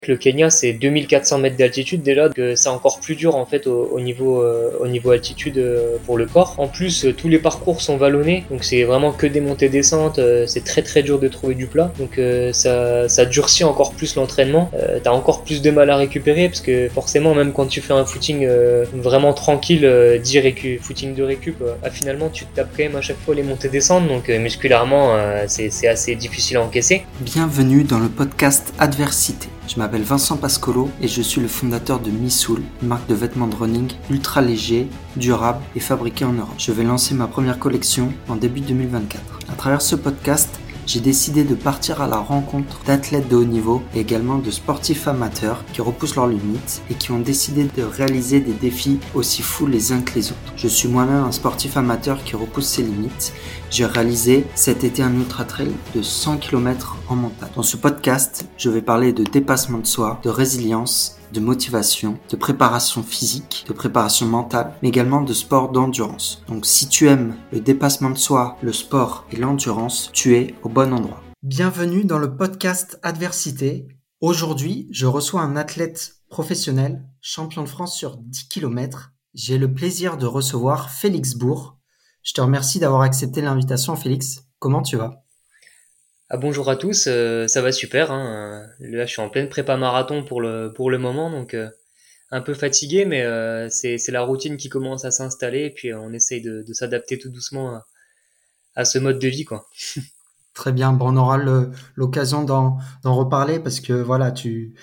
Le Kenya, c'est 2400 mètres d'altitude déjà, donc c'est encore plus dur en fait au niveau altitude pour le corps. En plus, tous les parcours sont vallonnés, donc c'est vraiment que des montées-descentes, c'est très très dur de trouver du plat, donc ça durcit encore plus l'entraînement. T'as encore plus de mal à récupérer, parce que forcément, même quand tu fais un footing vraiment tranquille, footing de récup, finalement tu te tapes quand même à chaque fois les montées-descentes, donc musculairement, c'est assez difficile à encaisser. Bienvenue dans le podcast Adversité. Je m'appelle Vincent Pascolo et je suis le fondateur de Missoul, une marque de vêtements de running ultra léger, durable et fabriqué en Europe. Je vais lancer ma première collection en début 2024. À travers ce podcast, j'ai décidé de partir à la rencontre d'athlètes de haut niveau et également de sportifs amateurs qui repoussent leurs limites et qui ont décidé de réaliser des défis aussi fous les uns que les autres. Je suis moi-même un sportif amateur qui repousse ses limites. J'ai réalisé cet été un ultra trail de 100 km en montagne. Dans ce podcast, je vais parler de dépassement de soi, de résilience, de motivation, de préparation physique, de préparation mentale, mais également de sport d'endurance. Donc si tu aimes le dépassement de soi, le sport et l'endurance, tu es au bon endroit. Bienvenue dans le podcast Adversité. Aujourd'hui, je reçois un athlète professionnel, champion de France sur 10 km. J'ai le plaisir de recevoir Félix Bourg. Je te remercie d'avoir accepté l'invitation, Félix. Comment tu vas ? Ah, bonjour à tous, ça va super, hein. Là, je suis en pleine prépa marathon pour le moment, donc un peu fatigué, mais c'est la routine qui commence à s'installer, et puis on essaye de s'adapter tout doucement à ce mode de vie, quoi. Très bien, bon, on aura l'occasion d'en reparler parce que voilà,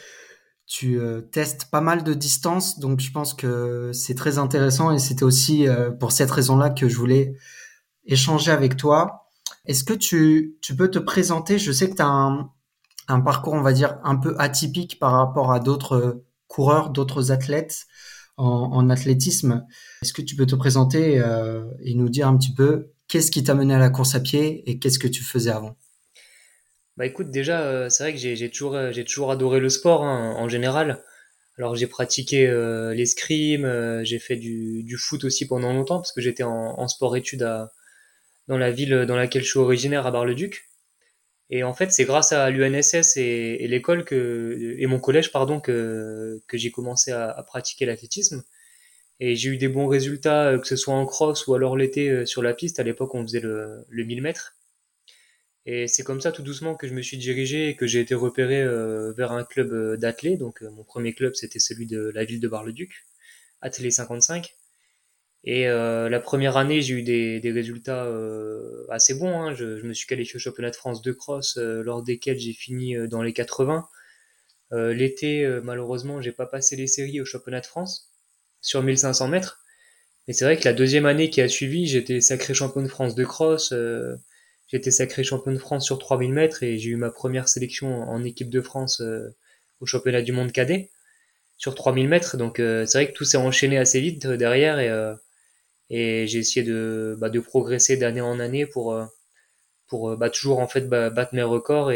tu testes pas mal de distance, donc je pense que c'est très intéressant et c'était aussi pour cette raison-là que je voulais échanger avec toi. Est-ce que tu peux te présenter? Je sais que tu as un parcours, on va dire, un peu atypique par rapport à d'autres coureurs, d'autres athlètes en athlétisme. Est-ce que tu peux te présenter et nous dire un petit peu qu'est-ce qui t'a mené à la course à pied et qu'est-ce que tu faisais avant? Bah écoute, déjà, c'est vrai que j'ai toujours adoré le sport, hein, en général. Alors j'ai pratiqué l'escrime, j'ai fait du foot aussi pendant longtemps, parce que j'étais en sport-études dans la ville dans laquelle je suis originaire, à Bar-le-Duc. Et en fait, c'est grâce à l'UNSS et l'école et mon collège, pardon, que j'ai commencé à pratiquer l'athlétisme. Et j'ai eu des bons résultats, que ce soit en cross ou alors l'été sur la piste. À l'époque, on faisait le 1000 mètres. Et c'est comme ça, tout doucement, que je me suis dirigé et que j'ai été repéré vers un club d'athlé. Donc, mon premier club, c'était celui de la ville de Bar-le-Duc, Athlé 55. Et la première année, j'ai eu des résultats assez bons, hein. Je me suis qualifié au championnat de France de cross, lors desquels j'ai fini dans les 80. L'été, malheureusement, j'ai pas passé les séries au championnat de France sur 1500 mètres. Mais c'est vrai que la deuxième année qui a suivi, j'étais sacré champion de France de cross, j'étais sacré champion de France sur 3000 mètres, et j'ai eu ma première sélection en équipe de France au championnat du monde cadet sur 3000 mètres. Donc c'est vrai que tout s'est enchaîné assez vite derrière, et j'ai essayé de progresser d'année en année pour toujours en fait battre mes records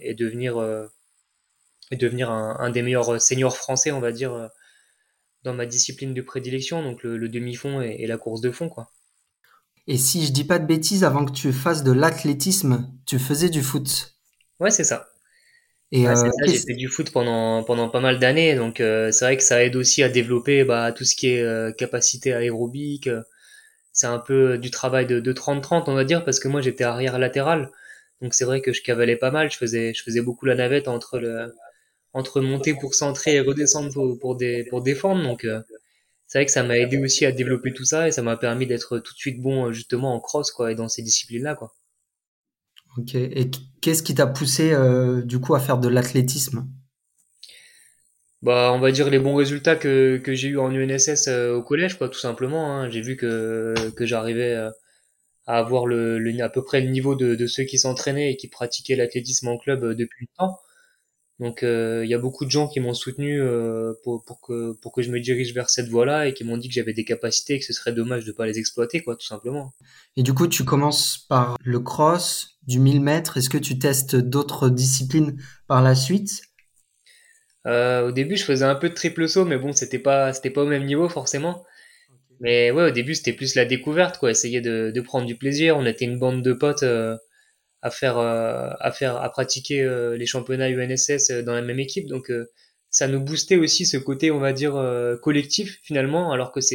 et devenir un des meilleurs seniors français, on va dire, dans ma discipline de prédilection, donc le demi-fond et la course de fond, quoi. Et si je dis pas de bêtises, avant que tu fasses de l'athlétisme, tu faisais du foot. Ouais, c'est ça. Et Ouais, c'est ça, j'ai fait du foot pendant pas mal d'années, donc c'est vrai que ça aide aussi à développer tout ce qui est capacité aérobique. C'est un peu du travail de 30-30, on va dire, parce que moi j'étais arrière latéral, donc c'est vrai que je cavalais pas mal, je faisais beaucoup la navette entre monter pour centrer et redescendre pour défendre, donc c'est vrai que ça m'a aidé aussi à développer tout ça, et ça m'a permis d'être tout de suite bon justement en cross, quoi, et dans ces disciplines-là, quoi. ok. Et qu'est-ce qui t'a poussé du coup à faire de l'athlétisme? Bah, on va dire les bons résultats que j'ai eu en UNSS au collège, quoi, tout simplement, hein. J'ai vu que j'arrivais à avoir à peu près le niveau de ceux qui s'entraînaient et qui pratiquaient l'athlétisme en club depuis longtemps. Donc il y a beaucoup de gens qui m'ont soutenu pour que je me dirige vers cette voie-là, et qui m'ont dit que j'avais des capacités et que ce serait dommage de pas les exploiter, quoi, tout simplement. Et du coup, tu commences par le cross, du 1000 mètres. Est-ce que tu testes d'autres disciplines par la suite? Au début, je faisais un peu de triple saut, mais bon, c'était pas au même niveau forcément. Mais ouais, au début, c'était plus la découverte, quoi, essayer de prendre du plaisir. On était une bande de potes à pratiquer les championnats UNSS dans la même équipe, donc ça nous boostait aussi ce côté, on va dire, collectif finalement, alors que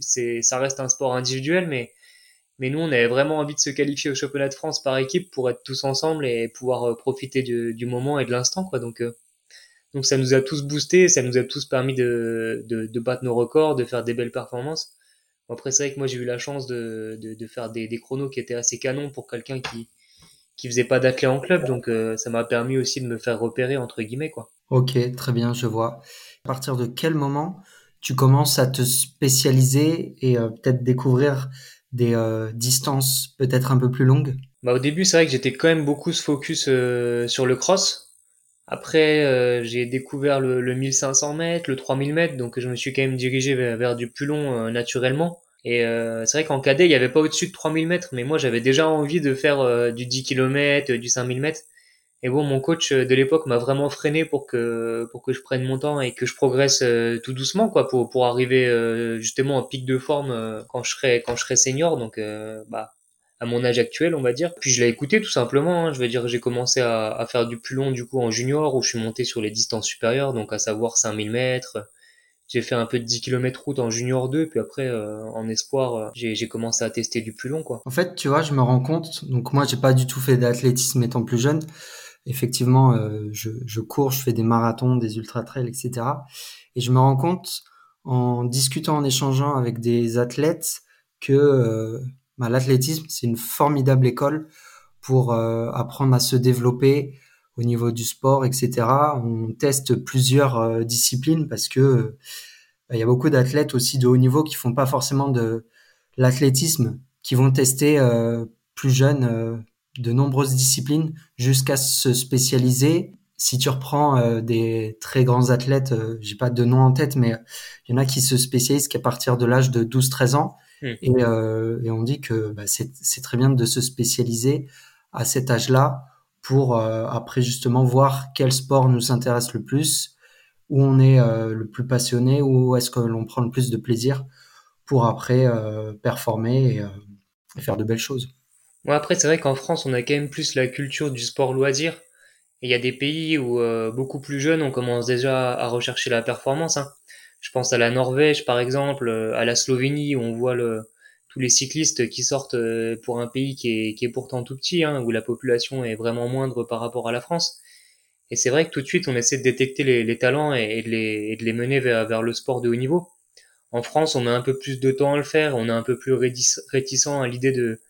ça reste un sport individuel, mais nous, on avait vraiment envie de se qualifier au championnat de France par équipe pour être tous ensemble et pouvoir profiter du moment et de l'instant, quoi. Donc ça nous a tous boostés, ça nous a tous permis de battre nos records, de faire des belles performances. Bon, après, c'est vrai que moi, j'ai eu la chance de faire des chronos qui étaient assez canons pour quelqu'un qui faisait pas d'athlé en club, donc ça m'a permis aussi de me faire repérer, entre guillemets, quoi. Ok, très bien, je vois. À partir de quel moment tu commences à te spécialiser et peut-être découvrir des distances peut-être un peu plus longues? Bah, au début, c'est vrai que j'étais quand même beaucoup ce focus sur le cross. Après, j'ai découvert le 1500 mètres, le 3000 mètres, donc je me suis quand même dirigé vers du plus long naturellement. Et c'est vrai qu'en cadet, il n'y avait pas au-dessus de 3000 mètres, mais moi j'avais déjà envie de faire du 10 km, du 5000 mètres. Et bon, mon coach de l'époque m'a vraiment freiné pour que je prenne mon temps et que je progresse tout doucement, quoi, pour arriver justement en pic de forme quand je serai senior, donc bah à mon âge actuel, on va dire. Puis je l'ai écouté tout simplement, hein. Je veux dire, j'ai commencé à faire du plus long du coup en junior, où je suis monté sur les distances supérieures, donc à savoir 5000 mètres. J'ai fait un peu de 10 km route en junior 2, puis après en espoir, j'ai commencé à tester du plus long, quoi. En fait, tu vois, je me rends compte, donc moi, j'ai pas du tout fait d'athlétisme étant plus jeune. Effectivement, je cours, je fais des marathons, des ultra-trails, etc. Et je me rends compte, en discutant, en échangeant avec des athlètes, que bah, l'athlétisme, c'est une formidable école pour apprendre à se développer au niveau du sport, etc. On teste plusieurs disciplines parce que il y a beaucoup d'athlètes aussi de haut niveau qui font pas forcément de l'athlétisme, qui vont tester plus jeunes de nombreuses disciplines jusqu'à se spécialiser. Si tu reprends des très grands athlètes, j'ai pas de nom en tête, mais il y en a qui se spécialisent qu'à partir de l'âge de 12-13 ans. Hmm. Et on dit que bah, c'est très bien de se spécialiser à cet âge-là pour après justement voir quel sport nous intéresse le plus, où on est le plus passionné, où est-ce que l'on prend le plus de plaisir pour après performer et faire de belles choses. Bon, après, c'est vrai qu'en France, on a quand même plus la culture du sport loisir. Et il y a des pays où beaucoup plus jeunes, on commence déjà à rechercher la performance, hein. Je pense à la Norvège, par exemple, à la Slovénie, où on voit tous les cyclistes qui sortent pour un pays qui est pourtant tout petit, hein, où la population est vraiment moindre par rapport à la France. Et c'est vrai que tout de suite, on essaie de détecter les talents et de les mener vers le sport de haut niveau. En France, on met un peu plus de temps à le faire, on est un peu plus réticent à l'idée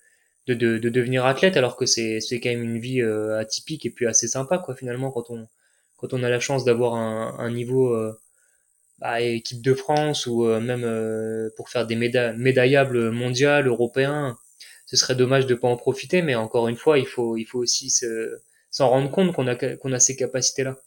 de devenir athlète, alors que c'est quand même une vie atypique et puis assez sympa, quoi, finalement, quand on a la chance d'avoir un niveau bah, équipe de France ou même pour faire des médaillables mondial, européen. Ce serait dommage de pas en profiter, mais encore une fois, il faut aussi s'en rendre compte qu'on a ces capacités-là.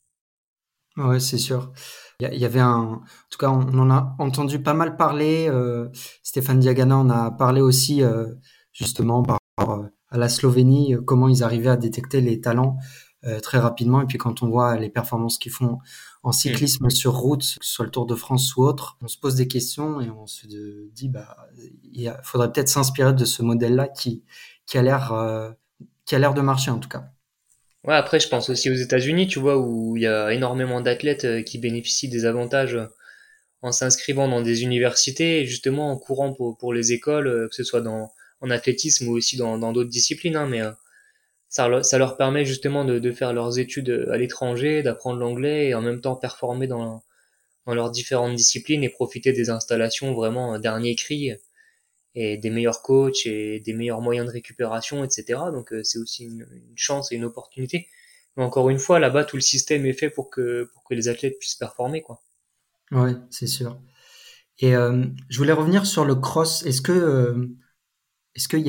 Ouais, c'est sûr. Il y avait en tout cas, on en a entendu pas mal parler. Stéphane Diagana en a parlé aussi, justement, par rapport à la Slovénie, comment ils arrivaient à détecter les talents très rapidement. Et puis quand on voit les performances qu'ils font en Hmm. cyclisme sur route, que ce soit le Tour de France ou autre, on se pose des questions et on se dit, bah, faudrait peut-être s'inspirer de ce modèle-là qui a l'air, qui a l'air de marcher en tout cas. Ouais, après, je pense aussi aux États-Unis, tu vois, où il y a énormément d'athlètes qui bénéficient des avantages en s'inscrivant dans des universités et justement en courant pour les écoles, que ce soit en athlétisme ou aussi dans d'autres disciplines, hein, mais ça leur permet justement de faire leurs études à l'étranger, d'apprendre l'anglais et en même temps performer dans leurs différentes disciplines et profiter des installations vraiment dernier cri et des meilleurs coachs et des meilleurs moyens de récupération, etc. Donc c'est aussi une chance et une opportunité. Mais encore une fois, là-bas, tout le système est fait pour que les athlètes puissent performer, quoi. Ouais, c'est sûr. Et je voulais revenir sur le cross. Est-ce qu'il y a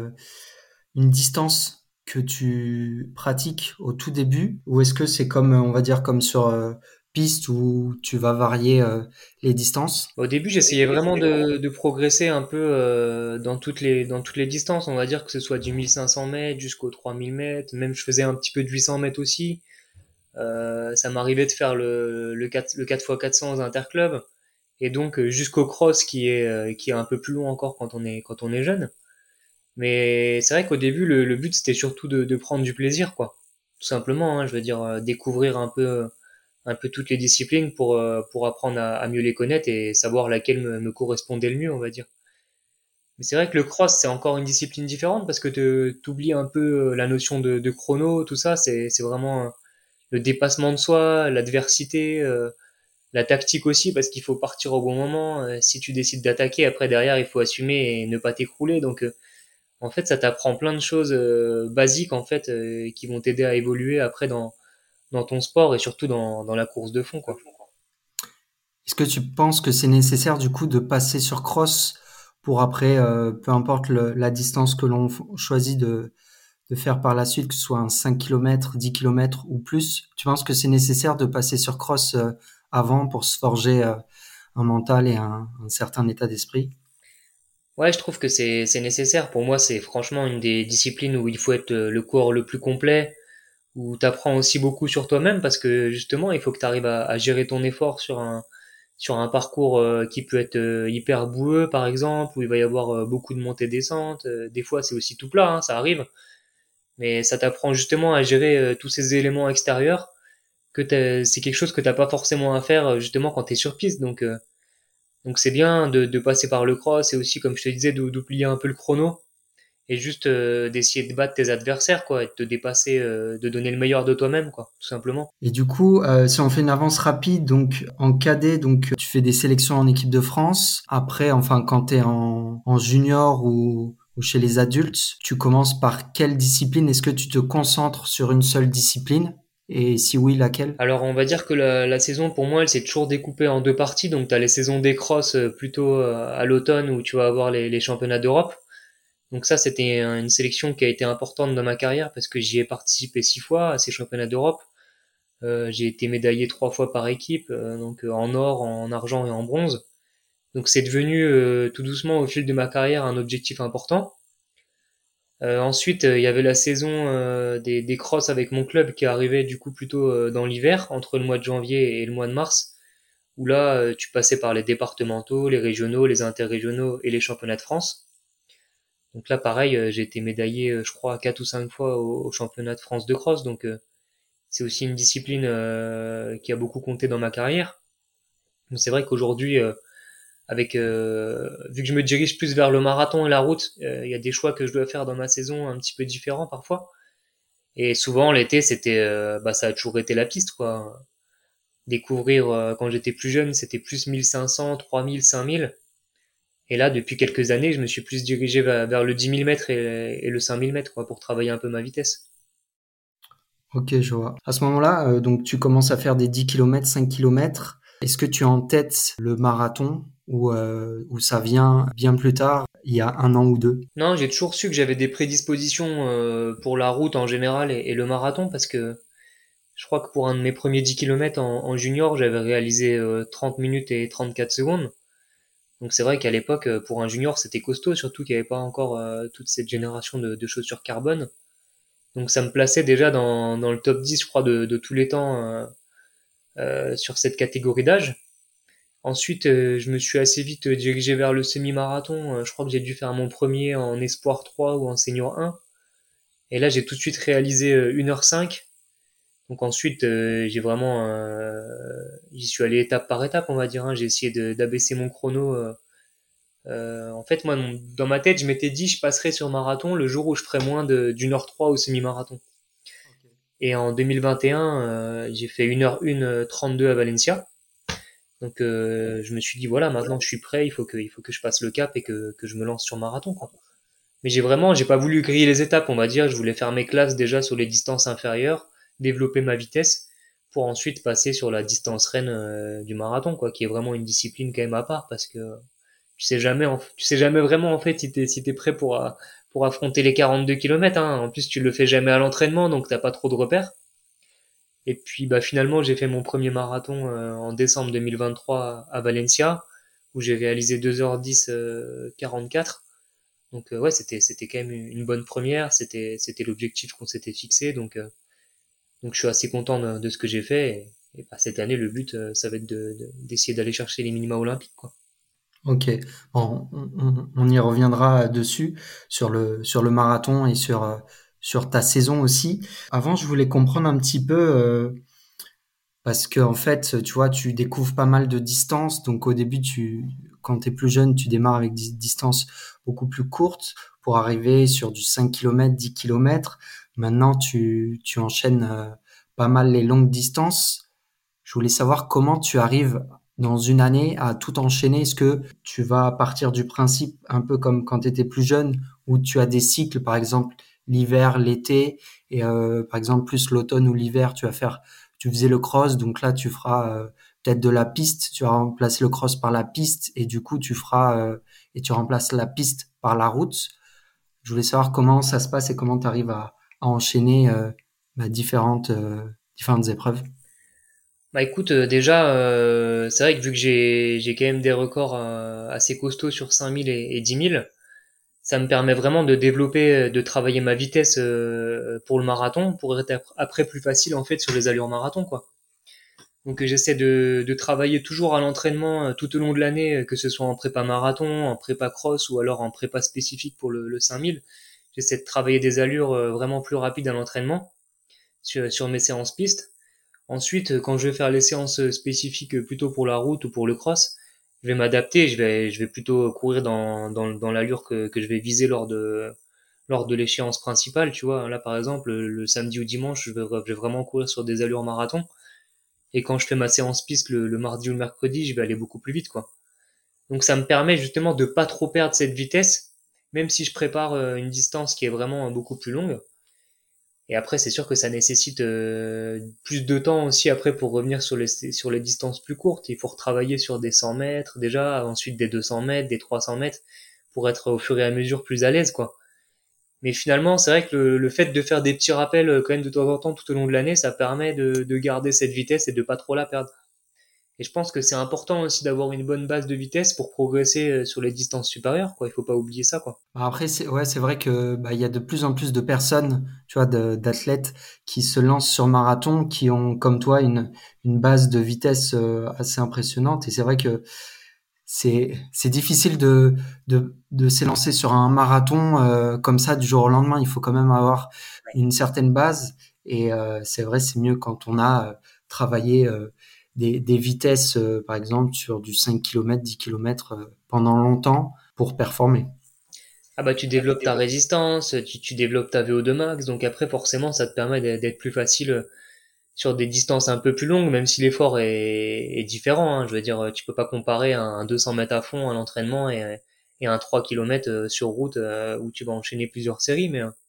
une distance que tu pratiques au tout début, ou est-ce que c'est comme on va dire comme sur piste où tu vas varier les distances? Au début, j'essayais vraiment de progresser un peu dans toutes les distances. On va dire que ce soit du 1500 mètres jusqu'au 3000 mètres. Même je faisais un petit peu de 800 mètres aussi. Ça m'arrivait de faire le 4x400 interclub. Et donc jusqu'au cross qui est un peu plus long encore quand on est jeune. Mais c'est vrai qu'au début, le but c'était surtout de prendre du plaisir, quoi. Tout simplement, hein, je veux dire, découvrir un peu un peu toutes les disciplines pour apprendre à mieux les connaître et savoir laquelle me correspondait le mieux, on va dire. Mais c'est vrai que le cross, c'est encore une discipline différente parce que t'oublies un peu la notion de chrono, tout ça, c'est vraiment le dépassement de soi, l'adversité, la tactique aussi parce qu'il faut partir au bon moment. Si tu décides d'attaquer, après derrière, il faut assumer et ne pas t'écrouler. Donc en fait, ça t'apprend plein de choses basiques en fait qui vont t'aider à évoluer après dans ton sport et surtout dans la course de fond, quoi. Est-ce que tu penses que c'est nécessaire du coup de passer sur cross pour après, peu importe la distance que l'on choisit de faire par la suite, que ce soit un 5 km, 10 km ou plus, tu penses que c'est nécessaire de passer sur cross avant pour se forger un mental et un certain état d'esprit? Ouais, je trouve que c'est nécessaire. Pour moi, c'est franchement une des disciplines où il faut être le corps le plus complet, où tu apprends aussi beaucoup sur toi-même parce que justement, il faut que tu arrives à gérer ton effort sur un parcours qui peut être hyper boueux par exemple, où il va y avoir beaucoup de montées-descentes. Des fois, c'est aussi tout plat, hein, ça arrive, mais ça t'apprend justement à gérer tous ces éléments extérieurs c'est quelque chose que t'as pas forcément à faire justement quand t'es sur piste. Donc c'est bien de passer par le cross et aussi, comme je te disais, d'oublier un peu le chrono et juste d'essayer de battre tes adversaires, quoi, et de te dépasser, de donner le meilleur de toi-même, quoi, tout simplement. Et du coup, si on fait une avance rapide, donc en cadet, donc tu fais des sélections en équipe de France. Après, enfin, quand tu es en junior ou chez les adultes, tu commences par quelle discipline? Est-ce que tu te concentres sur une seule discipline? Et si oui, laquelle? Alors on va dire que la saison pour moi elle s'est toujours découpée en deux parties. Donc tu as les saisons des crosses plutôt à l'automne où tu vas avoir les championnats d'Europe. Donc ça c'était une sélection qui a été importante dans ma carrière parce que j'y ai participé 6 fois à ces championnats d'Europe. J'ai été médaillé 3 fois par équipe, donc en or, en argent et en bronze. Donc c'est devenu tout doucement au fil de ma carrière un objectif important. Ensuite, il y avait la saison des crosses avec mon club qui arrivait du coup plutôt dans l'hiver, entre le mois de janvier et le mois de mars, où là, tu passais par les départementaux, les régionaux, les interrégionaux et les championnats de France. Donc là, pareil, j'ai été médaillé, je crois, 4 ou 5 fois au championnat de France de cross. Donc c'est aussi une discipline qui a beaucoup compté dans ma carrière. Donc c'est vrai qu'aujourd'hui, vu que je me dirige plus vers le marathon et la route, il y a des choix que je dois faire dans ma saison un petit peu différents parfois. Et souvent l'été, ça a toujours été la piste, quoi. Découvrir quand j'étais plus jeune, c'était plus 1500, 3000, 5000. Et là, depuis quelques années, je me suis plus dirigé vers le 10 000 mètres et le 5000 mètres, quoi, pour travailler un peu ma vitesse. Ok, je vois. À ce moment-là, donc tu commences à faire des 10 km, 5 km. Est-ce que tu as en tête le marathon ou ça vient bien plus tard, il y a un an ou deux? Non, j'ai toujours su que j'avais des prédispositions pour la route en général et le marathon parce que je crois que pour un de mes premiers 10 km en junior, j'avais réalisé 30 minutes et 34 secondes. Donc c'est vrai qu'à l'époque, pour un junior, c'était costaud, surtout qu'il n'y avait pas encore toute cette génération de chaussures carbone. Donc ça me plaçait déjà dans le top 10, je crois, de tous les temps sur cette catégorie d'âge. Ensuite, je me suis assez vite dirigé vers le semi-marathon. Je crois que j'ai dû faire mon premier en Espoir 3 ou en Senior 1. Et là, j'ai tout de suite réalisé 1h05. Donc ensuite, j'y suis allé étape par étape, on va dire, hein. J'ai essayé d'abaisser mon chrono. En fait, moi, dans ma tête, je m'étais dit, je passerai sur marathon le jour où je ferai moins d'1h03 au semi-marathon. Et en 2021, j'ai fait 1h1 32 à Valencia. Donc je me suis dit voilà, maintenant je suis prêt, il faut que je passe le cap et que je me lance sur marathon, quoi. Mais j'ai pas voulu griller les étapes, on va dire. Je voulais faire mes classes déjà sur les distances inférieures, développer ma vitesse pour ensuite passer sur la distance reine du marathon, quoi, qui est vraiment une discipline quand même à part parce que tu sais jamais vraiment en fait si t'es prêt pour affronter les 42 km, hein. En plus, tu le fais jamais à l'entraînement, donc t'as pas trop de repères. Et puis bah finalement j'ai fait mon premier marathon en décembre 2023 à Valencia où j'ai réalisé 2h10 44. Donc ouais, c'était quand même une bonne première, c'était l'objectif qu'on s'était fixé, donc je suis assez content de ce que j'ai fait et bah, cette année le but ça va être d'essayer d'aller chercher les minima olympiques, quoi. Ok, bon, on y reviendra dessus sur le marathon et sur ta saison aussi. Avant, je voulais comprendre un petit peu parce que en fait, tu vois, tu découvres pas mal de distances. Donc au début, quand t'es plus jeune, tu démarres avec des distances beaucoup plus courtes pour arriver sur du 5 kilomètres, 10 kilomètres. Maintenant, tu enchaînes pas mal les longues distances. Je voulais savoir comment tu arrives dans une année à tout enchaîner. Est-ce que tu vas partir du principe, un peu comme quand tu étais plus jeune, où tu as des cycles, par exemple l'hiver, l'été, et par exemple plus l'automne ou l'hiver, tu faisais le cross, donc là tu feras peut-être de la piste, tu vas remplacer le cross par la piste, et du coup et tu remplaces la piste par la route. Je voulais savoir comment ça se passe et comment tu arrives à enchaîner différentes épreuves. Bah écoute, déjà, c'est vrai que vu que j'ai quand même des records assez costauds sur 5000 et 10 000, ça me permet vraiment de développer, de travailler ma vitesse pour le marathon, pour être après plus facile en fait sur les allures marathon, quoi. Donc j'essaie de travailler toujours à l'entraînement tout au long de l'année, que ce soit en prépa marathon, en prépa cross ou alors en prépa spécifique pour le 5000. J'essaie de travailler des allures vraiment plus rapides à l'entraînement sur mes séances pistes. Ensuite, quand je vais faire les séances spécifiques plutôt pour la route ou pour le cross, je vais m'adapter, je vais plutôt courir dans l'allure que je vais viser lors de l'échéance principale, tu vois. Là, par exemple, le samedi ou dimanche, je vais vraiment courir sur des allures marathon. Et quand je fais ma séance piste le mardi ou le mercredi, je vais aller beaucoup plus vite, quoi. Donc ça me permet justement de pas trop perdre cette vitesse, même si je prépare une distance qui est vraiment beaucoup plus longue. Et après, c'est sûr que ça nécessite plus de temps aussi après pour revenir sur les distances plus courtes. Il faut retravailler sur des 100 mètres déjà, ensuite des 200 mètres, des 300 mètres, pour être au fur et à mesure plus à l'aise, quoi. Mais finalement, c'est vrai que le fait de faire des petits rappels quand même de temps en temps tout au long de l'année, ça permet de garder cette vitesse et de pas trop la perdre. Et je pense que c'est important aussi d'avoir une bonne base de vitesse pour progresser sur les distances supérieures, quoi. Il faut pas oublier ça, quoi. Après, c'est vrai que il y a de plus en plus de personnes, tu vois, d'athlètes qui se lancent sur marathon, qui ont comme toi une base de vitesse assez impressionnante. Et c'est vrai que c'est difficile de s'élancer sur un marathon comme ça du jour au lendemain. Il faut quand même avoir une certaine base. Et c'est vrai, c'est mieux quand on a travaillé des vitesses, par exemple, sur du 5 kilomètres, 10 kilomètres pendant longtemps pour performer. Ah bah tu développes ta résistance, tu développes ta VO2 max, donc après forcément ça te permet d'être plus facile sur des distances un peu plus longues, même si l'effort est différent, hein. Je veux dire, tu peux pas comparer un 200 mètres à fond à l'entraînement et un 3 km sur route où tu vas enchaîner plusieurs séries,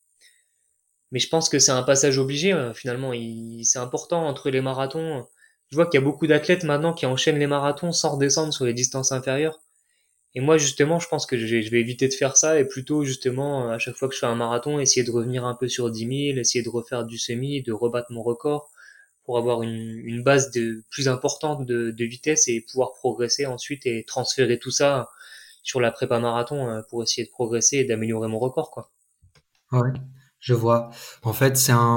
mais je pense que c'est un passage obligé finalement. C'est important entre les marathons. Je vois qu'il y a beaucoup d'athlètes maintenant qui enchaînent les marathons sans redescendre sur les distances inférieures. Et moi, justement, je pense que je vais éviter de faire ça et plutôt, justement, à chaque fois que je fais un marathon, essayer de revenir un peu sur 10 000, essayer de refaire du semi, de rebattre mon record pour avoir une base plus importante de vitesse et pouvoir progresser ensuite et transférer tout ça sur la prépa marathon pour essayer de progresser et d'améliorer mon record, quoi. Ouais, je vois. En fait,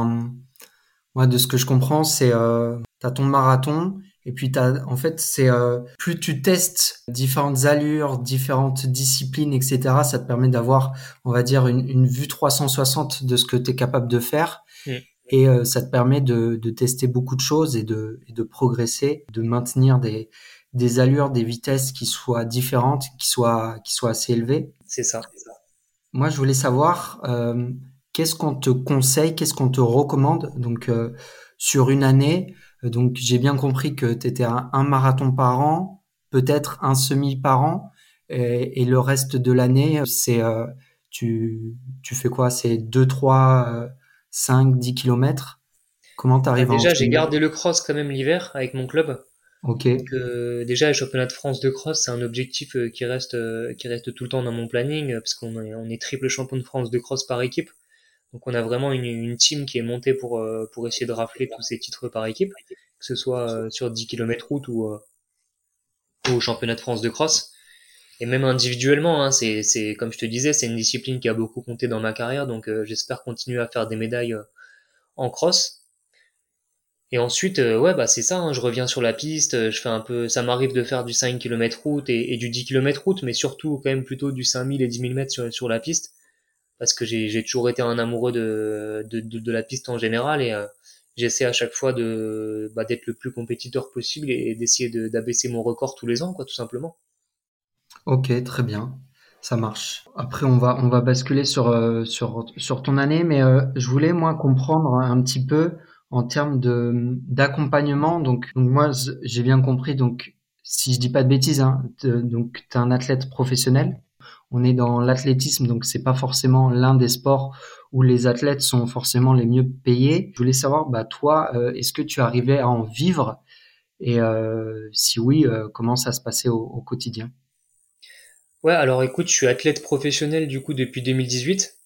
moi, de ce que je comprends, t'as ton marathon et puis en fait, plus tu testes différentes allures, différentes disciplines, etc. Ça te permet d'avoir, on va dire, une vue 360 de ce que tu es capable de faire Mm. et ça te permet de tester beaucoup de choses et de progresser, de maintenir des allures, des vitesses qui soient différentes, qui soient assez élevées. C'est ça. Moi, je voulais savoir qu'est-ce qu'on te conseille, qu'est-ce qu'on te recommande. Donc, sur une année, donc j'ai bien compris que tu étais à un marathon par an, peut-être un semi par an, et le reste de l'année, tu fais quoi? C'est 2, 3, 5, 10 kilomètres? Comment tu Bah, arrives à déjà, j'ai enchaîner? gardé le cross quand même l'hiver avec mon club. Ok, Donc déjà, les championnats de France de cross, c'est un objectif qui reste tout le temps dans mon planning, parce on est triple champion de France de cross par équipe. Donc on a vraiment une team qui est montée pour essayer de rafler tous ces titres par équipe, que ce soit sur 10 km route ou au championnat de France de cross. Et même individuellement, hein, comme je te disais, c'est une discipline qui a beaucoup compté dans ma carrière, donc j'espère continuer à faire des médailles en cross. Et ensuite, ouais, bah c'est ça, hein, je reviens sur la piste, je fais un peu, ça m'arrive de faire du 5 km route et du 10 km route, mais surtout quand même plutôt du 5000 et 10 000 mètres sur la piste, parce que j'ai toujours été un amoureux de la piste en général j'essaie à chaque fois d'être le plus compétiteur possible et d'essayer d'abaisser mon record tous les ans, quoi, tout simplement. Ok, très bien, ça marche. Après, on va basculer sur ton année, mais je voulais moi comprendre un petit peu en termes d'accompagnement. Donc moi, j'ai bien compris. Donc, si je dis pas de bêtises, hein, donc t'es un athlète professionnel. On est dans l'athlétisme, donc c'est pas forcément l'un des sports où les athlètes sont forcément les mieux payés. Je voulais savoir, bah toi, est-ce que tu arrivais à en vivre et si oui, comment ça se passait au quotidien? Ouais, alors écoute, je suis athlète professionnel du coup depuis 2018.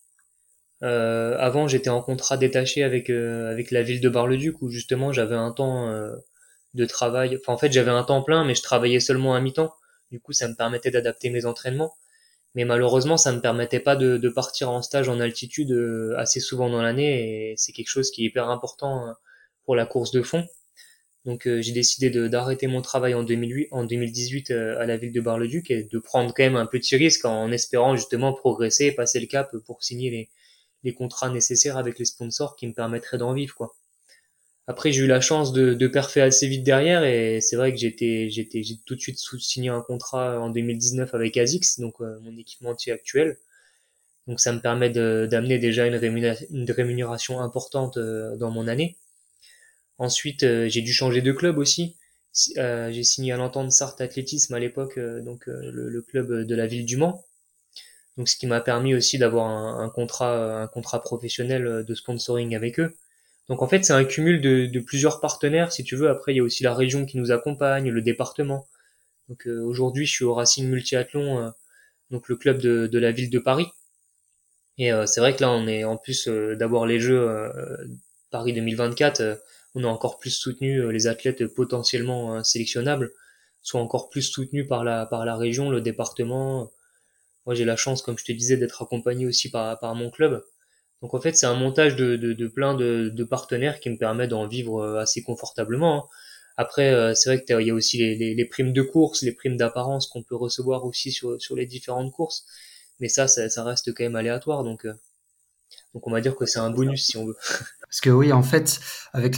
Avant, j'étais en contrat détaché avec la ville de Bar-le-Duc où justement j'avais un temps de travail. Enfin, en fait, j'avais un temps plein, mais je travaillais seulement à mi-temps. Du coup, ça me permettait d'adapter mes entraînements. Mais malheureusement, ça me permettait pas de partir en stage en altitude assez souvent dans l'année et c'est quelque chose qui est hyper important pour la course de fond. Donc j'ai décidé d'arrêter mon travail en 2018 à la ville de Bar-le-Duc et de prendre quand même un petit risque en espérant justement progresser, passer le cap pour signer les contrats nécessaires avec les sponsors qui me permettraient d'en vivre, quoi. Après, j'ai eu la chance de perfer assez vite derrière et c'est vrai que j'ai tout de suite signé un contrat en 2019 avec ASICS, donc mon équipementier actuel. Donc ça me permet d'amener déjà une rémunération importante dans mon année. Ensuite, j'ai dû changer de club aussi. J'ai signé à l'Entente Sarthe Athlétisme à l'époque, le club de la ville du Mans. Donc ce qui m'a permis aussi d'avoir un contrat professionnel de sponsoring avec eux. Donc en fait, c'est un cumul de plusieurs partenaires, si tu veux. Après, il y a aussi la région qui nous accompagne, le département. Donc aujourd'hui, je suis au Racing Multiathlon, donc le club de la ville de Paris. Et c'est vrai que là, on est en plus d'avoir les Jeux Paris 2024, on est encore plus soutenu les athlètes potentiellement sélectionnables sont encore plus soutenus par la région, le département. Moi, j'ai la chance, comme je te disais, d'être accompagné aussi par mon club. Donc en fait, c'est un montage de plein de partenaires qui me permet d'en vivre assez confortablement, hein. Après, c'est vrai qu'il y a aussi les primes de course, les primes d'apparence qu'on peut recevoir aussi sur les différentes courses. Mais ça reste quand même aléatoire. Donc on va dire que c'est un bonus si on veut. Parce que oui, en fait, avec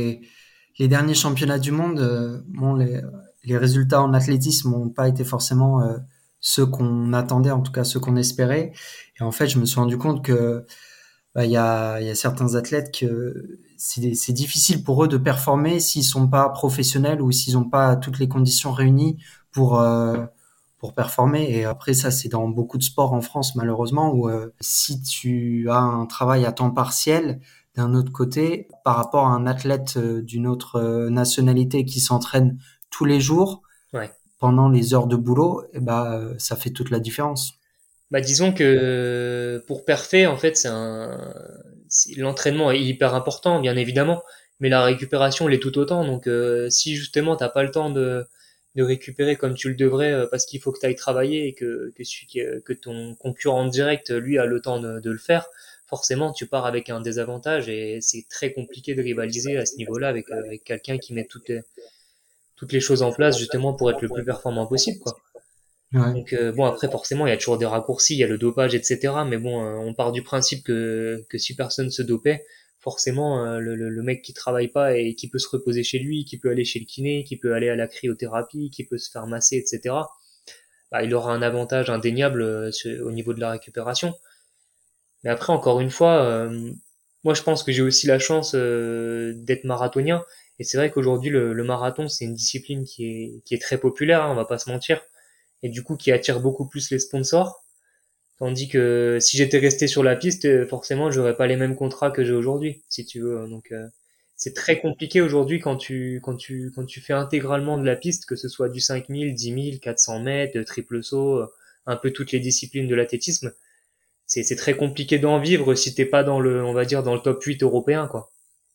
les derniers championnats du monde, bon, les résultats en athlétisme n'ont pas été forcément ceux qu'on attendait, en tout cas ceux qu'on espérait. Et en fait, je me suis rendu compte que bah, il y a certains athlètes que c'est difficile pour eux de performer s'ils sont pas professionnels ou s'ils n'ont pas toutes les conditions réunies pour pour performer. Et après, ça, c'est dans beaucoup de sports en France, malheureusement, où si tu as un travail à temps partiel, d'un autre côté, par rapport à un athlète d'une autre nationalité qui s'entraîne tous les jours Ouais. pendant les heures de boulot, eh ben, ça fait toute la différence. Bah disons que pour perfer, en fait, l'entraînement est hyper important, bien évidemment, mais la récupération l'est tout autant. Donc si justement t'as pas le temps de récupérer comme tu le devrais parce qu'il faut que tu ailles travailler et que ton concurrent direct lui a le temps de le faire, forcément tu pars avec un désavantage et c'est très compliqué de rivaliser à ce niveau-là avec quelqu'un qui met toutes les choses en place justement pour être le plus performant possible, quoi. Ouais. Donc bon après forcément il y a toujours des raccourcis, il y a le dopage etc. Mais bon on part du principe que si personne se dopait, forcément le mec qui travaille pas et qui peut se reposer chez lui, qui peut aller chez le kiné, qui peut aller à la cryothérapie, qui peut se faire masser etc. Bah, il aura un avantage indéniable au niveau de la récupération. Mais après encore une fois, moi je pense que j'ai aussi la chance d'être marathonien et c'est vrai qu'aujourd'hui le marathon c'est une discipline qui est très populaire, hein, on va pas se mentir et du coup qui attire beaucoup plus les sponsors. Tandis que si j'étais resté sur la piste, forcément, j'aurais pas les mêmes contrats que j'ai aujourd'hui, si tu veux. Donc, c'est très compliqué aujourd'hui quand tu fais intégralement de la piste, que ce soit du 5000, 10 000, 400 mètres, triple saut, un peu toutes les disciplines de l'athlétisme. C'est très compliqué d'en vivre si t'es pas dans on va dire, dans le top 8 européen, quoi.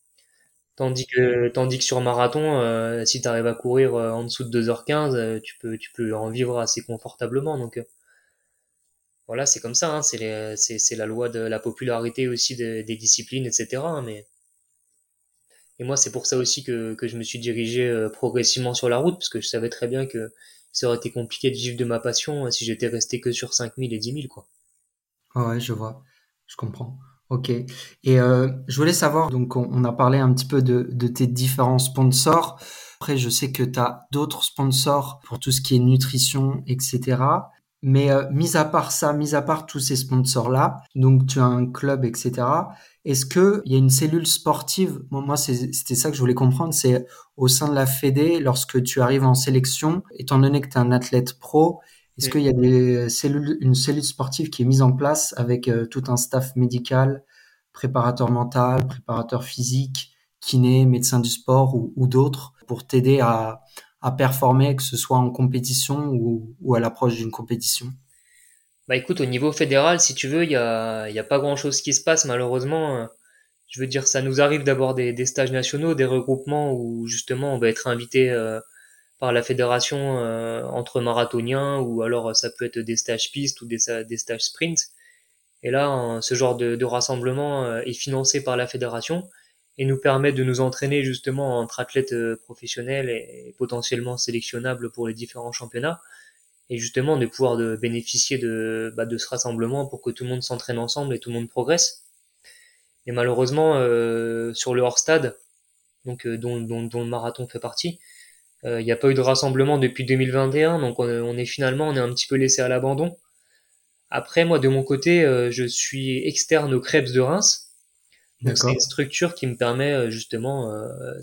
Tandis que sur marathon, si t'arrives à courir en dessous de 2h15, tu peux en vivre assez confortablement. Donc, voilà, c'est comme ça, hein, c'est la loi de la popularité aussi des disciplines, etc., hein, et moi, c'est pour ça aussi que je me suis dirigé progressivement sur la route, parce que je savais très bien que ça aurait été compliqué de vivre de ma passion si j'étais resté que sur 5000 et 10 000, quoi. Ouais, ouais, je vois, je comprends. Ok. Et je voulais savoir, donc on a parlé un petit peu de tes différents sponsors. Après, je sais que tu as d'autres sponsors pour tout ce qui est nutrition, etc. Mais mis à part ça, mis à part tous ces sponsors-là, donc tu as un club, etc. Est-ce que il y a une cellule sportive? Moi, c'était ça que je voulais comprendre. C'est au sein de la Fédé, lorsque tu arrives en sélection, étant donné que tu es un athlète pro, est-ce Mm. qu'il y a une cellule sportive qui est mise en place avec tout un staff médical, préparateur mental, préparateur physique, kiné, médecin du sport ou d'autres pour t'aider à performer, que ce soit en compétition ou à l'approche d'une compétition? Bah écoute, au niveau fédéral, si tu veux, il y a pas grand-chose qui se passe malheureusement. Je veux dire, ça nous arrive d'avoir des stages nationaux, des regroupements où justement on va être invité par la fédération entre marathoniens, ou alors ça peut être des stages pistes ou des stages sprint. Et là, ce genre de rassemblement est financé par la fédération et nous permet de nous entraîner justement entre athlètes professionnels et potentiellement sélectionnables pour les différents championnats, et justement de pouvoir bénéficier de ce rassemblement pour que tout le monde s'entraîne ensemble et tout le monde progresse. Et malheureusement, sur le hors-stade, donc dont le marathon fait partie, il n'y a pas eu de rassemblement depuis 2021, donc on est un petit peu laissé à l'abandon. Après, moi, de mon côté, je suis externe au Krebs de Reims. Donc, c'est une D'accord. structure qui me permet justement,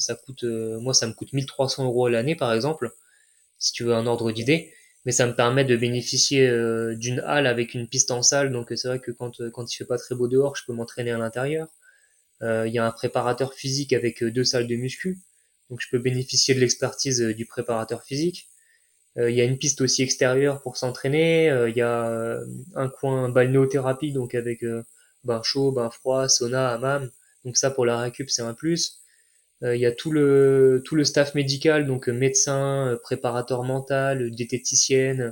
moi, ça me coûte 1 300 € à l'année, par exemple, si tu veux un ordre d'idée. Mais ça me permet de bénéficier d'une halle avec une piste en salle. Donc, c'est vrai que quand il fait pas très beau dehors, je peux m'entraîner à l'intérieur. Il y a un préparateur physique avec 2 salles de muscu. Donc, je peux bénéficier de l'expertise du préparateur physique. Il y a une piste aussi extérieure pour s'entraîner. Il y a un coin balnéothérapie, donc avec bain chaud, bain froid, sauna, hammam. Donc ça, pour la récup, c'est un plus. Il y a tout le staff médical, donc médecin, préparateur mental, diététicienne.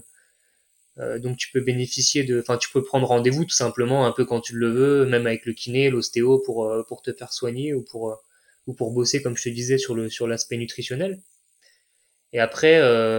Donc tu peux bénéficier enfin tu peux prendre rendez-vous tout simplement un peu quand tu le veux, même avec le kiné, l'ostéo pour te faire soigner ou pour bosser comme je te disais sur l'aspect nutritionnel. Et après,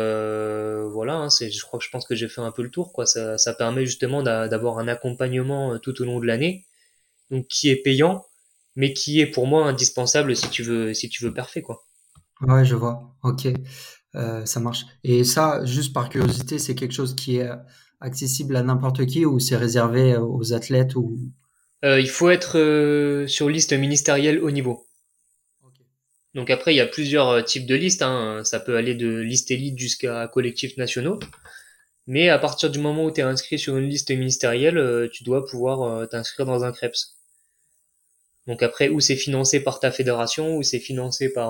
voilà, hein, je pense que j'ai fait un peu le tour, quoi. Ça permet justement d'avoir un accompagnement tout au long de l'année, donc qui est payant, mais qui est pour moi indispensable si tu veux parfait, quoi. Ouais, je vois. Ok, ça marche. Et ça, juste par curiosité, c'est quelque chose qui est accessible à n'importe qui ou c'est réservé aux athlètes ou... Il faut être sur liste ministérielle haut niveau. Ok. Donc après, il y a plusieurs types de listes, hein. Ça peut aller de liste élite jusqu'à collectifs nationaux. Mais à partir du moment où tu es inscrit sur une liste ministérielle, tu dois pouvoir t'inscrire dans un CREPS. Donc après, ou c'est financé par ta fédération, ou c'est financé par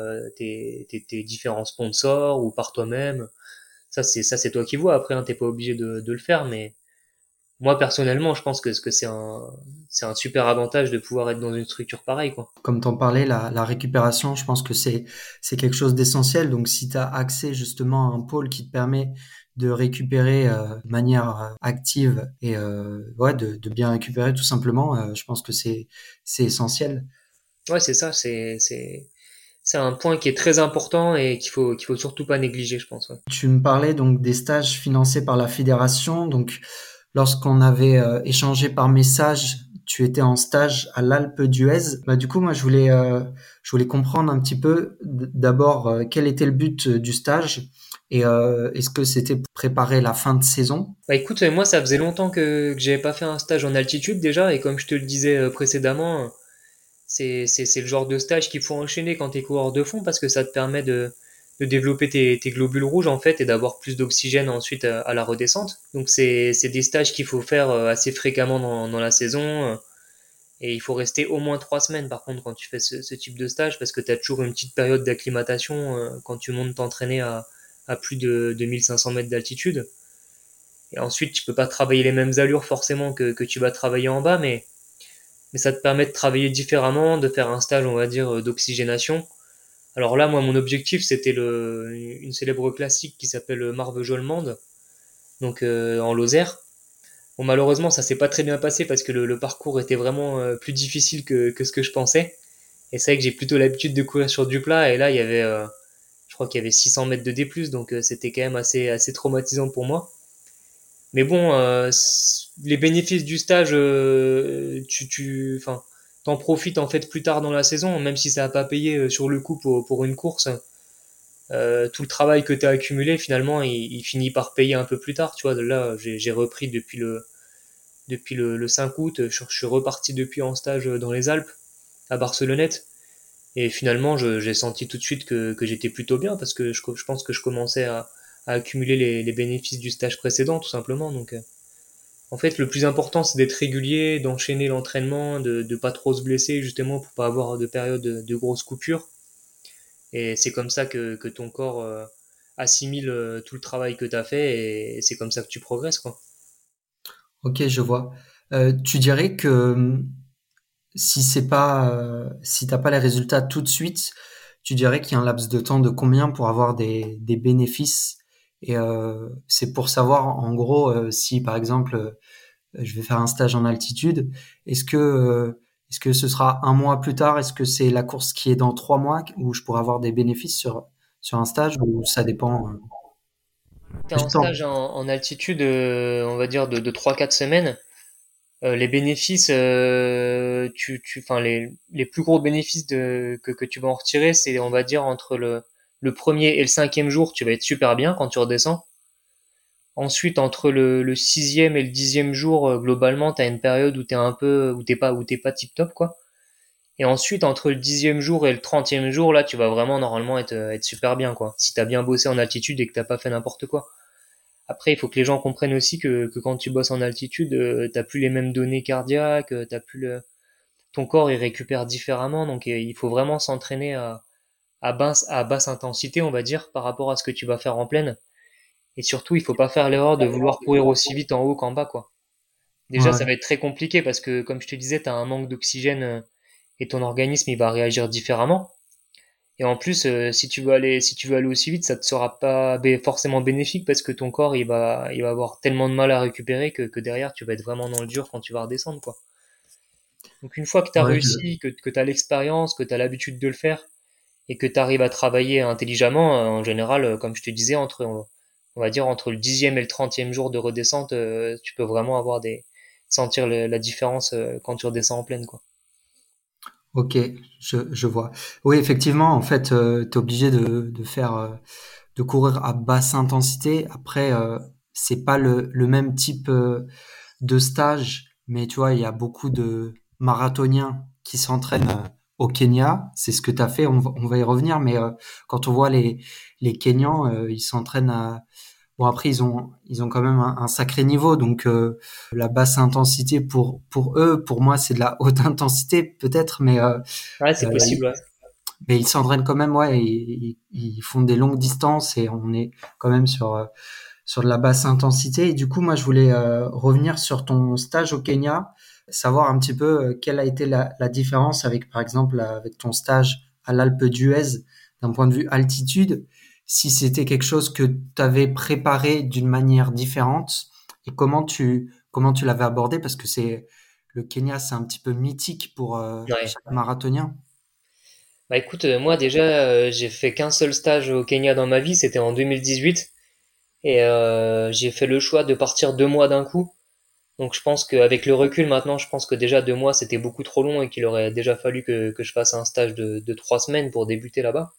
tes différents sponsors, ou par toi-même. Ça c'est toi qui vois. Après, hein, t'es pas obligé de le faire, mais moi personnellement, je pense que c'est un super avantage de pouvoir être dans une structure pareille, quoi. Comme t'en parlais, la récupération, je pense que c'est quelque chose d'essentiel. Donc, si tu as accès justement à un pôle qui te permet de récupérer de manière active et ouais, de bien récupérer tout simplement, je pense que c'est essentiel. Ouais, c'est ça. C'est un point qui est très important et qu'il faut surtout pas négliger, je pense. Ouais. Tu me parlais donc des stages financés par la fédération. Donc, lorsqu'on avait échangé par message, tu étais en stage à l'Alpe d'Huez. Bah, du coup, moi, je voulais comprendre un petit peu d'abord quel était le but du stage et est-ce que c'était pour préparer la fin de saison? Bah écoute, moi ça faisait longtemps que j'avais pas fait un stage en altitude déjà, et comme je te le disais précédemment, c'est le genre de stage qu'il faut enchaîner quand t'es coureur de fond, parce que ça te permet de développer tes globules rouges en fait et d'avoir plus d'oxygène ensuite à la redescente. Donc c'est des stages qu'il faut faire assez fréquemment dans la saison, et il faut rester au moins 3 semaines par contre quand tu fais ce type de stage, parce que tu as toujours une petite période d'acclimatation quand tu montes t'entraîner à plus de 1500 mètres d'altitude. Et ensuite tu peux pas travailler les mêmes allures forcément que tu vas travailler en bas, mais ça te permet de travailler différemment, de faire un stage, on va dire, d'oxygénation. Alors là, moi, mon objectif, c'était une célèbre classique qui s'appelle Marvejols-Mende, donc en Lozère. Bon, malheureusement, ça s'est pas très bien passé parce que le parcours était vraiment plus difficile que ce que je pensais. Et c'est vrai que j'ai plutôt l'habitude de courir sur du plat, et là, je crois qu'il y avait 600 mètres de D+, donc c'était quand même assez traumatisant pour moi. Mais bon, les bénéfices du stage, enfin, t'en profites en fait plus tard dans la saison, même si ça n'a pas payé sur le coup pour une course. Tout le travail que tu as accumulé, finalement, il finit par payer un peu plus tard. Tu vois, là, j'ai repris depuis le 5 août. Je suis reparti depuis en stage dans les Alpes, à Barcelonnette. Et finalement, j'ai senti tout de suite que j'étais plutôt bien parce que je pense que je commençais à accumuler les bénéfices du stage précédent, tout simplement. Donc, en fait, le plus important, c'est d'être régulier, d'enchaîner l'entraînement, de pas trop se blesser, justement, pour pas avoir de période de grosses coupures. Et c'est comme ça que ton corps assimile tout le travail que tu as fait et c'est comme ça que tu progresses, quoi. Ok, je vois. Tu dirais que si c'est pas, si t'as pas les résultats tout de suite, tu dirais qu'il y a un laps de temps de combien pour avoir des bénéfices? Et c'est pour savoir, en gros, si par exemple, je vais faire un stage en altitude, est-ce que ce sera un mois plus tard? Est-ce que c'est la course qui est dans 3 mois où je pourrais avoir des bénéfices sur un stage ou ça dépend T'es du en temps? stage en altitude, on va dire de 3-4 semaines. Les bénéfices, enfin les plus gros bénéfices que tu vas en retirer, c'est on va dire entre le premier et le cinquième jour, tu vas être super bien quand tu redescends. Ensuite, entre le sixième et le 10e jour, globalement, t'as une période où t'es un peu, où t'es pas tip top, quoi. Et ensuite, entre le 10e jour et le 30e jour, là, tu vas vraiment normalement être super bien, quoi. Si t'as bien bossé en altitude et que t'as pas fait n'importe quoi. Après, il faut que les gens comprennent aussi que quand tu bosses en altitude, t'as plus les mêmes données cardiaques, t'as plus ton corps il récupère différemment, donc il faut vraiment s'entraîner à basse intensité, on va dire, par rapport à ce que tu vas faire en pleine. Et surtout, il faut pas faire l'erreur de vouloir courir aussi vite en haut qu'en bas, quoi. Déjà, ça Ouais, va être très compliqué parce que, comme je te disais, t'as un manque d'oxygène et ton organisme il va réagir différemment. Et en plus, si tu veux aller aussi vite, ça te sera pas forcément bénéfique parce que ton corps il va avoir tellement de mal à récupérer que derrière tu vas être vraiment dans le dur quand tu vas redescendre, quoi. Donc une fois que tu as ouais, réussi, que tu as l'expérience, que tu as l'habitude de le faire et que tu arrives à travailler intelligemment, en général, comme je te disais, on va dire entre le 10e et le 30e jour de redescente, tu peux vraiment sentir la différence quand tu redescends en pleine, quoi. ok, je vois. Oui, effectivement, en fait, tu es obligé de faire, de courir à basse intensité. Après, c'est pas le même type de stage, mais tu vois, il y a beaucoup de marathoniens qui s'entraînent au Kenya. C'est ce que tu as fait, on va y revenir, mais quand on voit les Kenyans, ils s'entraînent à... Bon, après, ils ont quand même un sacré niveau, donc la basse intensité pour eux, pour moi, c'est de la haute intensité peut-être, Ouais, c'est euh, possible, ouais. mais ils s'entraînent quand même, ouais, ils font des longues distances et on est quand même sur de la basse intensité. Et du coup, moi, je voulais revenir sur ton stage au Kenya, savoir un petit peu quelle a été la différence avec, par exemple, avec ton stage à l'Alpe d'Huez d'un point de vue altitude, si c'était quelque chose que tu avais préparé d'une manière différente et comment tu l'avais abordé parce que c'est le Kenya, c'est un petit peu mythique pour Ouais. chaque marathonien. Bah écoute, moi déjà, j'ai fait qu'un seul stage au Kenya dans ma vie, c'était en 2018, et j'ai fait le choix de partir 2 mois d'un coup. Donc je pense qu'avec le recul maintenant, je pense que déjà 2 mois c'était beaucoup trop long et qu'il aurait déjà fallu que je fasse un stage de 3 semaines pour débuter là-bas.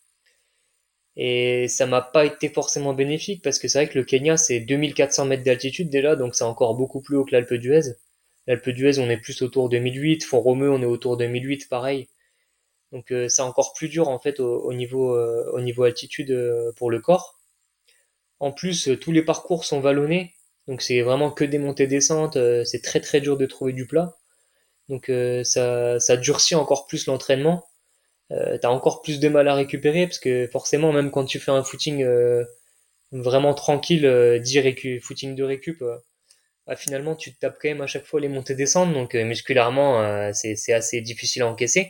Et ça m'a pas été forcément bénéfique parce que c'est vrai que le Kenya c'est 2400 mètres d'altitude déjà, donc c'est encore beaucoup plus haut que l'Alpe d'Huez. L'Alpe d'Huez on est plus autour de 1008, Font-Romeu on est autour de 1008 pareil. Donc c'est encore plus dur en fait au niveau altitude pour le corps. En plus, tous les parcours sont vallonnés, donc c'est vraiment que des montées-descentes. C'est très très dur de trouver du plat. Donc ça durcit encore plus l'entraînement. T'as encore plus de mal à récupérer parce que forcément, même quand tu fais un footing vraiment tranquille, dit footing de récup, bah, finalement tu te tapes quand même à chaque fois les montées-descentes. Donc musculairement, c'est assez difficile à encaisser.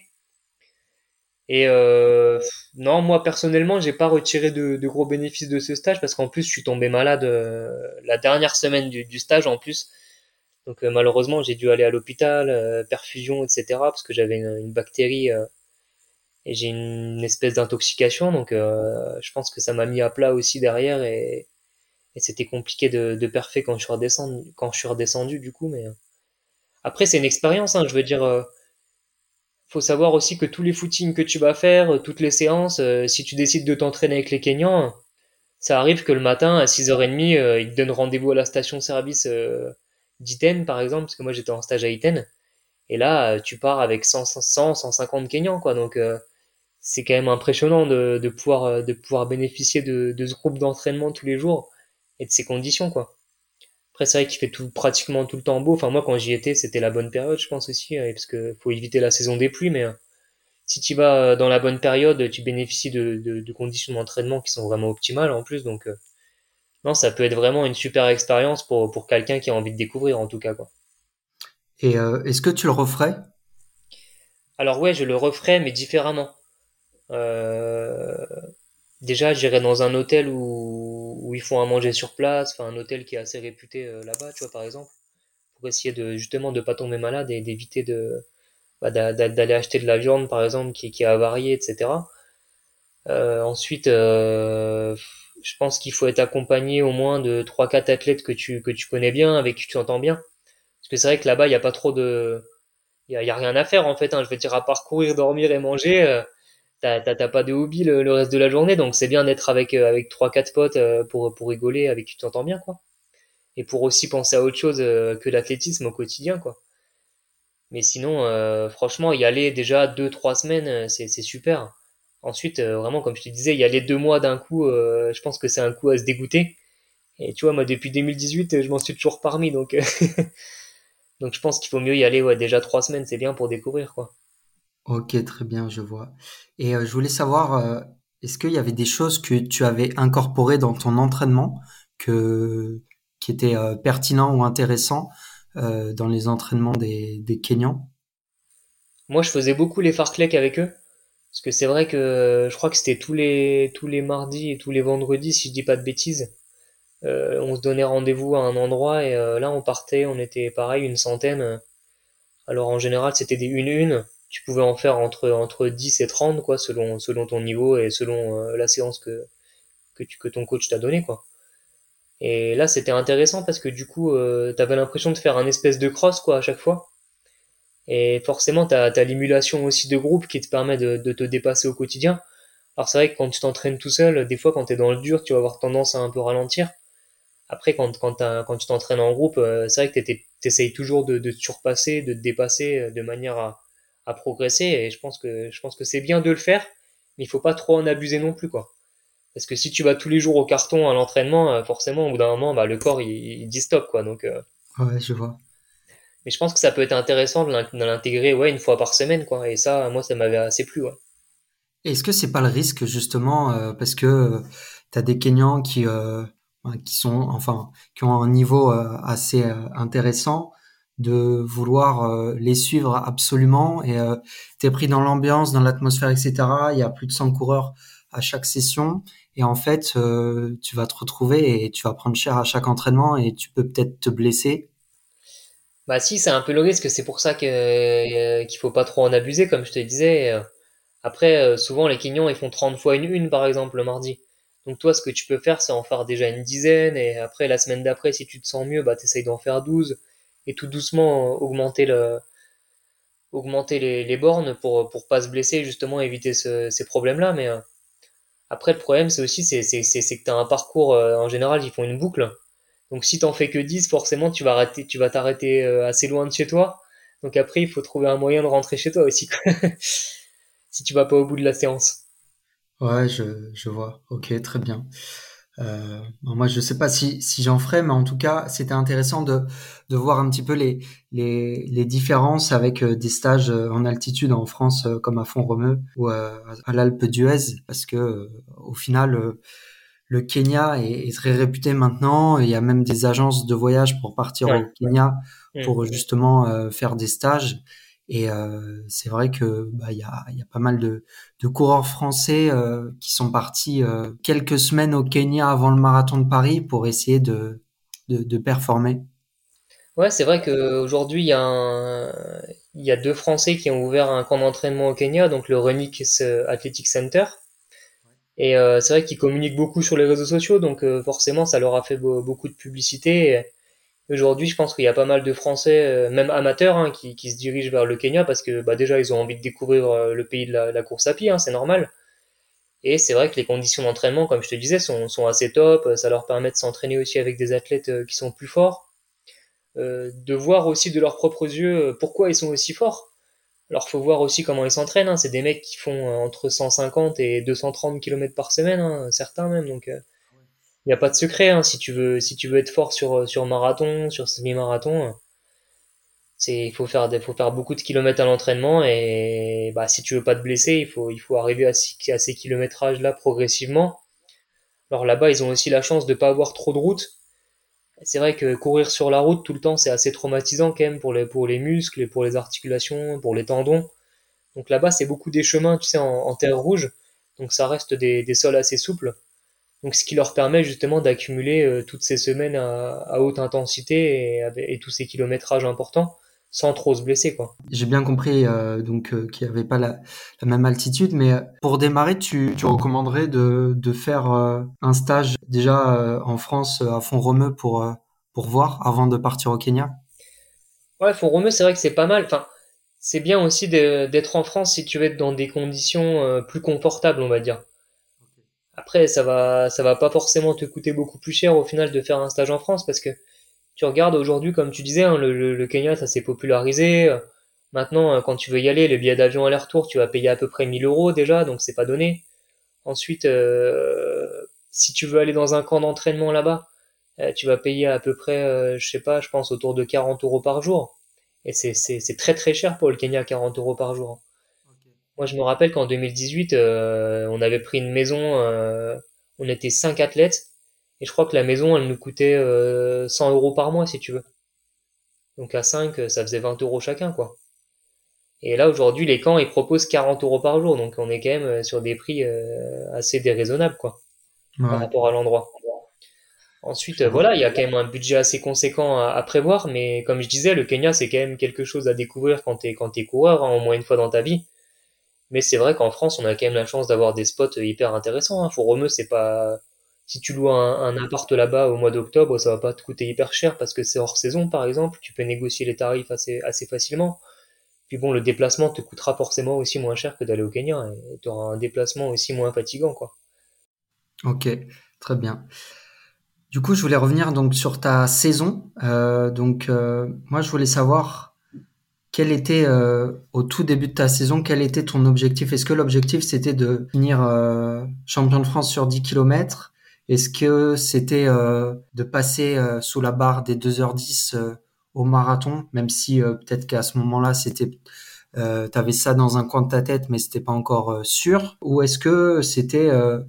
Et non, moi personnellement, j'ai pas retiré de gros bénéfices de ce stage parce qu'en plus, je suis tombé malade la dernière semaine du stage en plus. Donc malheureusement, j'ai dû aller à l'hôpital, perfusion, etc. parce que j'avais une bactérie et j'ai une espèce d'intoxication. Donc je pense que ça m'a mis à plat aussi derrière et c'était compliqué de perfer quand je suis redescendu du coup. Mais après, c'est une expérience, hein, je veux dire. Faut savoir aussi que tous les footings que tu vas faire, toutes les séances, si tu décides de t'entraîner avec les Kenyans, ça arrive que le matin à 6h30, ils te donnent rendez-vous à la station-service d'Iten, par exemple, parce que moi j'étais en stage à Iten. Et là, tu pars avec 150 Kenyans, quoi. Donc, c'est quand même impressionnant de pouvoir bénéficier de ce groupe d'entraînement tous les jours et de ces conditions, quoi. Après, c'est vrai qu'il fait pratiquement tout le temps beau. Enfin, moi, quand j'y étais, c'était la bonne période, je pense aussi, parce que faut éviter la saison des pluies, mais si tu vas dans la bonne période, tu bénéficies de conditions d'entraînement qui sont vraiment optimales en plus. Donc, non, ça peut être vraiment une super expérience pour quelqu'un qui a envie de découvrir, en tout cas, quoi. Et est-ce que tu le referais? Alors ouais, je le referais, mais différemment. Euh, Déjà, j'irais dans un hôtel où ils font à manger sur place, enfin un hôtel qui est assez réputé là-bas, tu vois, par exemple, pour essayer de justement de pas tomber malade et d'éviter d'aller acheter de la viande, par exemple, qui est avariée, etc. Ensuite, je pense qu'il faut être accompagné au moins de trois quatre athlètes que tu connais bien, avec qui tu t'entends bien. Parce que c'est vrai que là-bas, il y a pas trop de, il y a rien à faire en fait. Hein, je veux dire, à part courir, dormir et manger, t'as pas de hobby le reste de la journée. Donc c'est bien d'être avec trois quatre potes pour rigoler, avec qui tu t'entends bien, quoi. Et pour aussi penser à autre chose que l'athlétisme au quotidien, quoi. Mais sinon, franchement, y aller déjà 2 3 semaines, c'est super. Ensuite, vraiment, comme je te disais, y aller 2 mois d'un coup, je pense que c'est un coup à se dégoûter. Et tu vois, moi, depuis 2018, je m'en suis toujours parmi, donc donc je pense qu'il faut mieux y aller, ouais, déjà 3 semaines, c'est bien pour découvrir, quoi. Ok, très bien, je vois. Et je voulais savoir, est-ce qu'il y avait des choses que tu avais incorporées dans ton entraînement que, qui étaient pertinents ou intéressants dans les entraînements des Kenyans? Moi, je faisais beaucoup les fartlek avec eux, parce que c'est vrai que je crois que c'était tous les mardis et tous les vendredis, si je dis pas de bêtises. On se donnait rendez-vous à un endroit et là, on partait, on était pareil, une centaine. Alors en général, c'était des 1-1. Tu pouvais en faire entre 10 et 30, quoi, selon ton niveau et selon la séance que ton coach t'a donné, quoi. Et là, c'était intéressant parce que du coup, t'avais l'impression de faire un espèce de cross, quoi, à chaque fois. Et forcément, t'as l'émulation aussi de groupe qui te permet de te dépasser au quotidien. Alors c'est vrai que quand tu t'entraînes tout seul, des fois quand t'es dans le dur, tu vas avoir tendance à un peu ralentir. Après, quand tu t'entraînes en groupe, c'est vrai que t'essayes toujours de te surpasser, de te dépasser de manière à progresser. Et je pense que c'est bien de le faire, mais il faut pas trop en abuser non plus, quoi. Parce que si tu vas tous les jours au carton à l'entraînement, forcément, au bout d'un moment, bah, le corps, il dit stop, quoi. Donc, Ouais, je vois. mais je pense que ça peut être intéressant de l'intégrer, ouais, une fois par semaine, quoi. Et ça, moi, ça m'avait assez plu, ouais. Est-ce que c'est pas le risque justement parce que tu as des Kenyans qui sont enfin qui ont un niveau assez intéressant de vouloir les suivre absolument et t'es pris dans l'ambiance, dans l'atmosphère, etc. Il y a plus de 100 coureurs à chaque session et en fait tu vas te retrouver et tu vas prendre cher à chaque entraînement et tu peux peut-être te blesser. Bah si, c'est un peu le risque, c'est pour ça qu'il faut pas trop en abuser, comme je te disais. Après, souvent les quignons ils font 30 fois une par exemple le mardi. Donc toi, ce que tu peux faire, c'est en faire déjà une dizaine, et après la semaine d'après, si tu te sens mieux, bah t'essayes d'en faire 12, et tout doucement augmenter les bornes pour pas se blesser, justement éviter ces problèmes-là. Mais après le problème c'est aussi c'est que t'as un parcours en général ils font une boucle. Donc si t'en fais que 10, forcément tu vas t'arrêter assez loin de chez toi. Donc après il faut trouver un moyen de rentrer chez toi aussi, quoi. Si tu vas pas au bout de la séance. Ouais, je vois. Ok, très bien. Bon, moi, je sais pas si j'en ferai, mais en tout cas, c'était intéressant de voir un petit peu les différences avec des stages en altitude en France, comme à Font-Romeu ou à l'Alpe d'Huez, parce que au final, le Kenya est très réputé maintenant. Il y a même des agences de voyage pour partir Ouais. au Kenya Hmm. pour justement faire des stages. Et c'est vrai que bah, il y a pas mal de coureurs français qui sont partis quelques semaines au Kenya avant le marathon de Paris pour essayer de performer. Ouais, c'est vrai qu'aujourd'hui, il y a deux Français qui ont ouvert un camp d'entraînement au Kenya, donc le Renix Athletic Center. Et c'est vrai qu'ils communiquent beaucoup sur les réseaux sociaux, donc forcément ça leur a fait beaucoup de publicité. Et aujourd'hui, je pense qu'il y a pas mal de Français, même amateurs, hein, qui se dirigent vers le Kenya parce que bah, déjà ils ont envie de découvrir le pays de la course à pied, hein, c'est normal. Et c'est vrai que les conditions d'entraînement, comme je te disais, sont assez top. Ça leur permet de s'entraîner aussi avec des athlètes qui sont plus forts, de voir aussi de leurs propres yeux pourquoi ils sont aussi forts. Alors faut voir aussi comment ils s'entraînent, hein. C'est des mecs qui font entre 150 et 230 km par semaine, hein, certains même. Donc il n'y a pas de secret, hein. Si tu veux être fort sur marathon, sur semi-marathon, il faut faire beaucoup de kilomètres à l'entraînement et bah si tu veux pas te blesser, il faut arriver à ces kilométrages là progressivement. Alors là-bas, ils ont aussi la chance de pas avoir trop de route. C'est vrai que courir sur la route tout le temps, c'est assez traumatisant quand même pour les muscles et pour les articulations, pour les tendons. Donc là-bas, c'est beaucoup des chemins, tu sais, en terre rouge. Donc ça reste des sols assez souples. Donc ce qui leur permet justement d'accumuler toutes ces semaines à haute intensité et tous ces kilométrages importants sans trop se blesser, quoi. J'ai bien compris qu'il n'y avait pas la même altitude, mais pour démarrer, tu recommanderais de faire un stage déjà en France à Font-Romeu pour voir avant de partir au Kenya? Ouais, Font-Romeu, c'est vrai que c'est pas mal. Enfin, c'est bien aussi d'être en France si tu veux être dans des conditions plus confortables, on va dire. Après, ça va pas forcément te coûter beaucoup plus cher au final de faire un stage en France parce que tu regardes aujourd'hui, comme tu disais, hein, le Kenya, ça s'est popularisé. Maintenant, quand tu veux y aller, le billet d'avion aller-retour, tu vas payer à peu près 1000 euros déjà, donc c'est pas donné. Ensuite, si tu veux aller dans un camp d'entraînement là-bas, tu vas payer à peu près, je sais pas, je pense autour de 40 euros par jour. Et c'est très très cher pour le Kenya, 40 euros par jour. Moi, je me rappelle qu'en 2018, on avait pris une maison, on était 5 athlètes, et je crois que la maison, elle nous coûtait 100 euros par mois, si tu veux. Donc à 5, ça faisait 20 euros chacun, quoi. Et là, aujourd'hui, les camps, ils proposent 40 euros par jour, donc on est quand même sur des prix assez déraisonnables, quoi, par Ouais, rapport à l'endroit. Ensuite, je vois. voilà, il y a quand même un budget assez conséquent à prévoir, mais comme je disais, le Kenya, c'est quand même quelque chose à découvrir quand t'es coureur, hein, au moins une fois dans ta vie. Mais c'est vrai qu'en France, on a quand même la chance d'avoir des spots hyper intéressants, hein. Font-Romeu, c'est pas, si tu loues un appart là-bas au mois d'octobre, ça va pas te coûter hyper cher parce que c'est hors saison, par exemple. Tu peux négocier les tarifs assez facilement. Puis bon, le déplacement te coûtera forcément aussi moins cher que d'aller au Kenya et tu auras un déplacement aussi moins fatigant, quoi. Ok, très bien. Du coup, je voulais revenir donc sur ta saison. Moi, je voulais savoir quel était au tout début de ta saison, quel était ton objectif? Est-ce que l'objectif c'était de finir champion de France sur 10 kilomètres? Est-ce que c'était de passer sous la barre des 2h10 au marathon, même si peut-être qu'à ce moment-là c'était t'avais ça dans un coin de ta tête, mais c'était pas encore sûr? Ou est-ce que c'était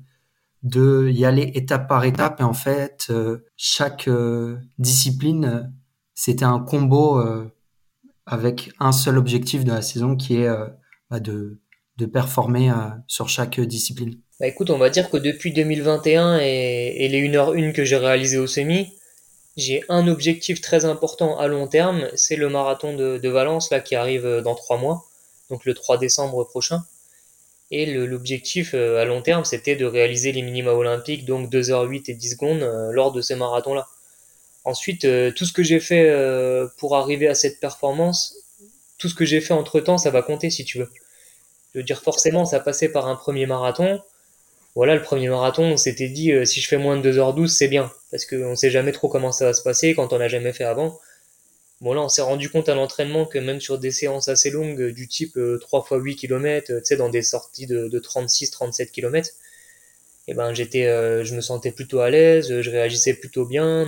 de y aller étape par étape et en fait chaque discipline c'était un combo avec un seul objectif de la saison qui est bah, de performer sur chaque discipline. Bah écoute, on va dire que depuis 2021 et les 1h01 que j'ai réalisé au semi, j'ai un objectif très important à long terme, c'est le marathon de Valence là qui arrive dans 3 mois, donc le 3 décembre prochain. Et l'objectif à long terme, c'était de réaliser les minima olympiques, donc 2h08 et 10 secondes lors de ces marathons-là. Ensuite, tout ce que j'ai fait pour arriver à cette performance, tout ce que j'ai fait entre-temps, ça va compter si tu veux. Je veux dire, forcément, ça passait par un premier marathon. Voilà, le premier marathon, on s'était dit, si je fais moins de 2h12, c'est bien. Parce qu'on sait jamais trop comment ça va se passer quand on n'a jamais fait avant. Bon, là, on s'est rendu compte à l'entraînement que même sur des séances assez longues, du type 3 fois 8 km, tu sais, dans des sorties de 36-37 km, et ben, je me sentais plutôt à l'aise, je réagissais plutôt bien,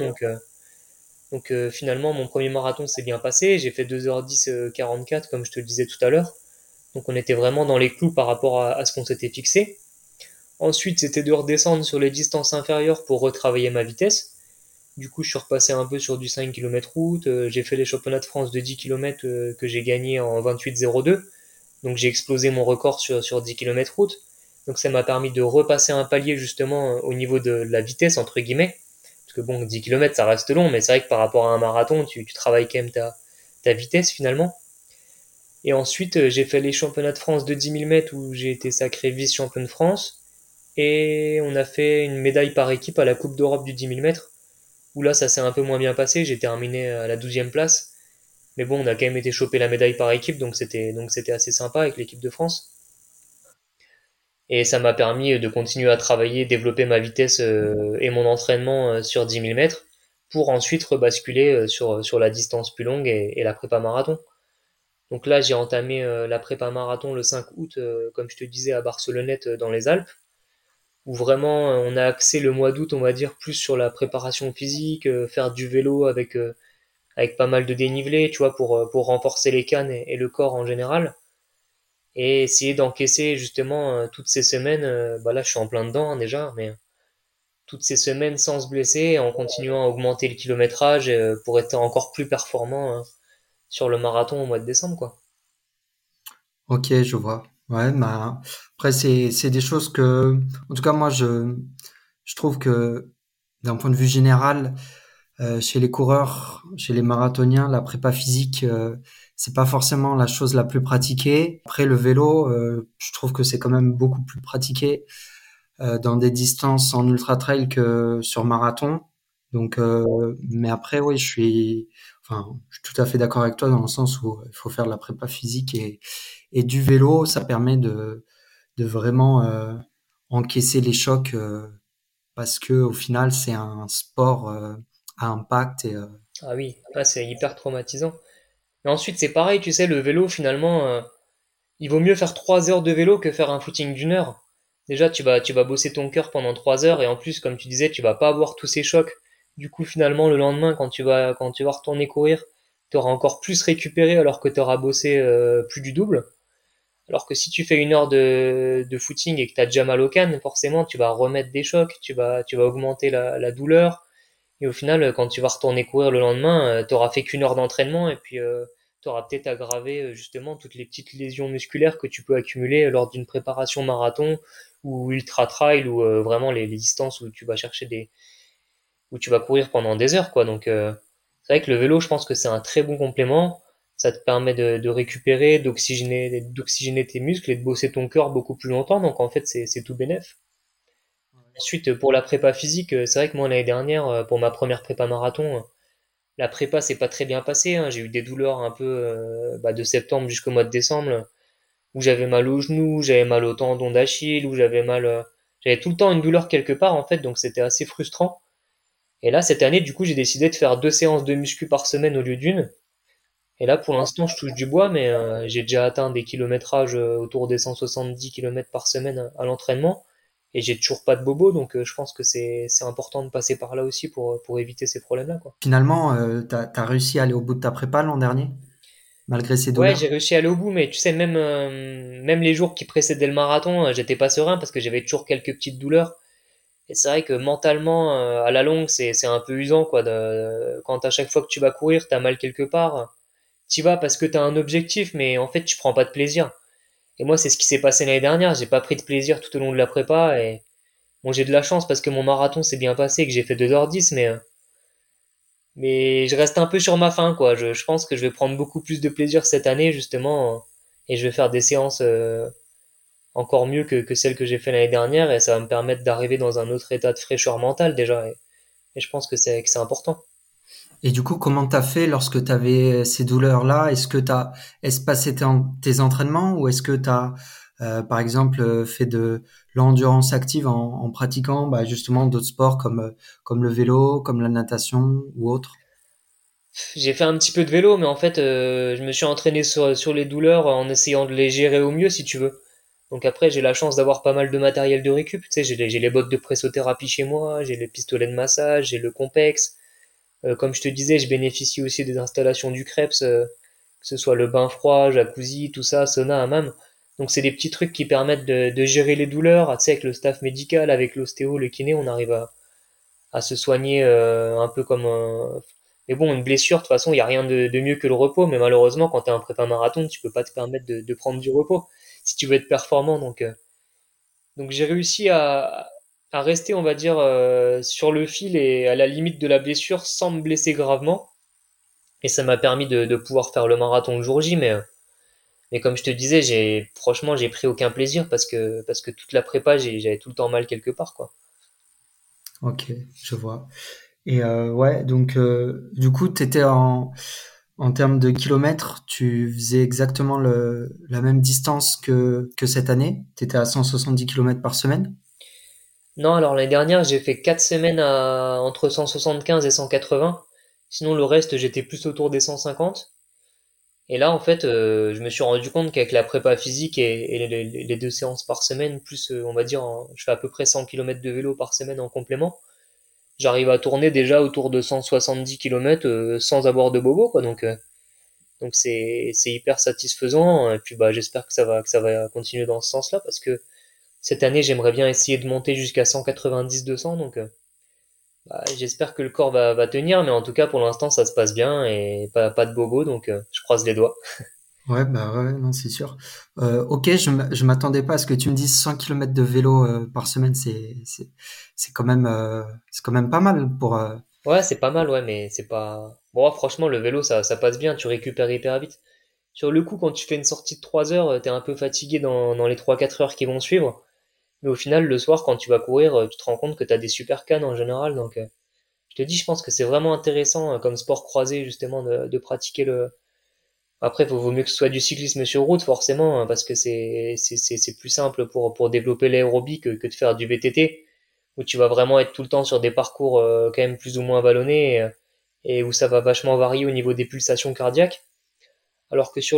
donc finalement, mon premier marathon s'est bien passé. J'ai fait 2h10 44, comme je te le disais tout à l'heure. Donc on était vraiment dans les clous par rapport à ce qu'on s'était fixé. Ensuite, c'était de redescendre sur les distances inférieures pour retravailler ma vitesse. Du coup, je suis repassé un peu sur du 5 km route. J'ai fait les championnats de France de 10 km que j'ai gagné en 28,02. Donc j'ai explosé mon record sur 10 km route. Donc ça m'a permis de repasser un palier justement au niveau de la vitesse, entre guillemets. Parce que bon, 10 km ça reste long, mais c'est vrai que par rapport à un marathon, tu travailles quand même ta vitesse finalement. Et ensuite, j'ai fait les championnats de France de 10 000 mètres où j'ai été sacré vice-champion de France. et on a fait une médaille par équipe à la Coupe d'Europe du 10 000 mètres, où là, ça s'est un peu moins bien passé. J'ai terminé à la 12e place. Mais bon, on a quand même été choper la médaille par équipe, donc c'était assez sympa avec l'équipe de France. Et ça m'a permis de continuer à travailler, développer ma vitesse et mon entraînement sur 10 000 mètres pour ensuite rebasculer sur la distance plus longue et la prépa marathon. Donc là, j'ai entamé la prépa marathon le 5 août, comme je te disais, à Barcelonnette dans les Alpes, où vraiment on a axé le mois d'août, on va dire, plus sur la préparation physique, faire du vélo avec pas mal de dénivelé, tu vois, pour renforcer les cannes et le corps en général. Et essayer d'encaisser justement toutes ces semaines, bah là je suis en plein dedans hein, déjà, mais toutes ces semaines sans se blesser, en continuant à augmenter le kilométrage pour être encore plus performant sur le marathon au mois de décembre, quoi. Ok, je vois. Ouais, bah, après, c'est des choses que, en tout cas, moi, je trouve que d'un point de vue général, chez les coureurs, chez les marathoniens, la prépa physique, c'est pas forcément la chose la plus pratiquée. Après, le vélo, je trouve que c'est quand même beaucoup plus pratiqué dans des distances en ultra trail que sur marathon. Donc, mais après, oui, je suis tout à fait d'accord avec toi dans le sens où il faut faire de la prépa physique et du vélo, ça permet de vraiment encaisser les chocs parce que au final, c'est un sport à impact et Ah oui, ah, c'est hyper traumatisant. Mais ensuite c'est pareil, tu sais, le vélo finalement, il vaut mieux faire 3 heures de vélo que faire un footing d'une heure. Déjà, tu vas bosser ton cœur pendant 3 heures et en plus, comme tu disais, tu vas pas avoir tous ces chocs. Du coup, finalement, le lendemain, quand tu vas retourner courir, tu auras encore plus récupéré alors que tu auras bossé plus du double. Alors que si tu fais 1 heure de footing et que tu as déjà mal aux cannes, forcément, tu vas remettre des chocs, tu vas augmenter la douleur. Et au final, quand tu vas retourner courir le lendemain, tu auras fait qu'1 heure d'entraînement et puis tu auras peut-être aggravé justement toutes les petites lésions musculaires que tu peux accumuler lors d'une préparation marathon ou ultra trail ou vraiment les distances où tu vas chercher où tu vas courir pendant des heures quoi. Donc c'est vrai que le vélo, je pense que c'est un très bon complément. Ça te permet de récupérer, d'oxygéner tes muscles et de bosser ton corps beaucoup plus longtemps. Donc en fait, c'est tout bénef. Ensuite, pour la prépa physique, c'est vrai que moi l'année dernière, pour ma première prépa marathon, la prépa s'est pas très bien passée, hein. J'ai eu des douleurs un peu bah, de septembre jusqu'au mois de décembre, où j'avais mal au genou, j'avais mal au tendon d'Achille, où j'avais tout le temps une douleur quelque part en fait, donc c'était assez frustrant. Et là, cette année, du coup, j'ai décidé de faire 2 séances de muscu par semaine au lieu d'une. Et là, pour l'instant, je touche du bois, mais j'ai déjà atteint des kilométrages autour des 170 kilomètres par semaine à l'entraînement. Et j'ai toujours pas de bobo, donc je pense que c'est important de passer par là aussi pour éviter ces problèmes-là, quoi. finalement, t'as réussi à aller au bout de ta prépa l'an dernier, malgré ces Ouais, douleurs. j'ai réussi à aller au bout, mais tu sais, même les jours qui précédaient le marathon, j'étais pas serein parce que j'avais toujours quelques petites douleurs. Et c'est vrai que mentalement, à la longue, c'est un peu usant, quoi. Quand à chaque fois que tu vas courir, t'as mal quelque part. T'y vas parce que t'as un objectif, mais en fait, tu prends pas de plaisir. Et moi, c'est ce qui s'est passé l'année dernière. J'ai pas pris de plaisir tout au long de la prépa. Et bon, j'ai de la chance parce que mon marathon s'est bien passé et que j'ai fait 2h10, mais je reste un peu sur ma faim, quoi. Je pense que je vais prendre beaucoup plus de plaisir cette année, justement, et je vais faire des séances encore mieux que celles que j'ai fait l'année dernière, et ça va me permettre d'arriver dans un autre état de fraîcheur mentale déjà. Et je pense que c'est important. Et du coup, comment t'as fait lorsque t'avais ces douleurs-là? Est-ce pas c'était tes entraînements ou est-ce que t'as, par exemple, fait de l'endurance active en pratiquant bah, justement d'autres sports comme le vélo, comme la natation ou autre? J'ai fait un petit peu de vélo, mais en fait, je me suis entraîné sur les douleurs en essayant de les gérer au mieux, si tu veux. Donc après, j'ai la chance d'avoir pas mal de matériel de récup. Tu sais, j'ai les bottes de pressothérapie chez moi, j'ai les pistolets de massage, j'ai le Compex. Comme je te disais, je bénéficie aussi des installations du Krebs, que ce soit le bain froid, jacuzzi, tout ça, sauna, hammam. Donc c'est des petits trucs qui permettent de gérer les douleurs. Tu sais, avec le staff médical, avec l'ostéo, le kiné, on arrive à se soigner un peu comme un... Mais bon, une blessure, de toute façon, il n'y a rien de mieux que le repos. Mais malheureusement, quand tu es un prépa marathon, tu peux pas te permettre de prendre du repos si tu veux être performant. Donc j'ai réussi à rester, on va dire, sur le fil et à la limite de la blessure sans me blesser gravement. Et ça m'a permis de pouvoir faire le marathon le jour J. Mais comme je te disais, franchement, j'ai pris aucun plaisir parce que toute la prépa, j'avais tout le temps mal quelque part, quoi. Ok, je vois. Et ouais, donc du coup, en termes de kilomètres, tu faisais exactement la même distance que cette année. T'étais à 170 kilomètres par semaine. Non, alors l'année dernière, j'ai fait 4 semaines à entre 175 et 180. Sinon, le reste, j'étais plus autour des 150. Et là, en fait, je me suis rendu compte qu'avec la prépa physique et les deux séances par semaine, plus, on va dire, je fais à peu près 100 kilomètres de vélo par semaine en complément. J'arrive à tourner déjà autour de 170 kilomètres sans avoir de bobo, quoi. Donc c'est hyper satisfaisant. Et puis bah j'espère que ça va continuer dans ce sens-là parce que cette année j'aimerais bien essayer de monter jusqu'à 190-200. Donc bah, j'espère que le corps va tenir, mais en tout cas pour l'instant ça se passe bien et pas de bobo, donc je croise les doigts. Ouais, bah ouais, non, c'est sûr. Ok, je m'attendais pas à ce que tu me dises 100 kilomètres de vélo par semaine. C'est quand même pas mal pour. Ouais, c'est pas mal, ouais, mais c'est pas. Bon, ouais, franchement, le vélo, ça passe bien, tu récupères hyper vite. Sur le coup, quand tu fais une sortie de 3 heures, t'es un peu fatigué dans les 3-4 heures qui vont suivre. Mais au final, le soir, quand tu vas courir, tu te rends compte que t'as des super cannes en général. Donc, je te dis, je pense que c'est vraiment intéressant comme sport croisé, justement, de pratiquer le. Après, vaut mieux que ce soit du cyclisme sur route, forcément, hein, parce que c'est plus simple pour développer l'aérobie que de faire du VTT, où tu vas vraiment être tout le temps sur des parcours quand même plus ou moins vallonnés et où ça va vachement varier au niveau des pulsations cardiaques. Alors que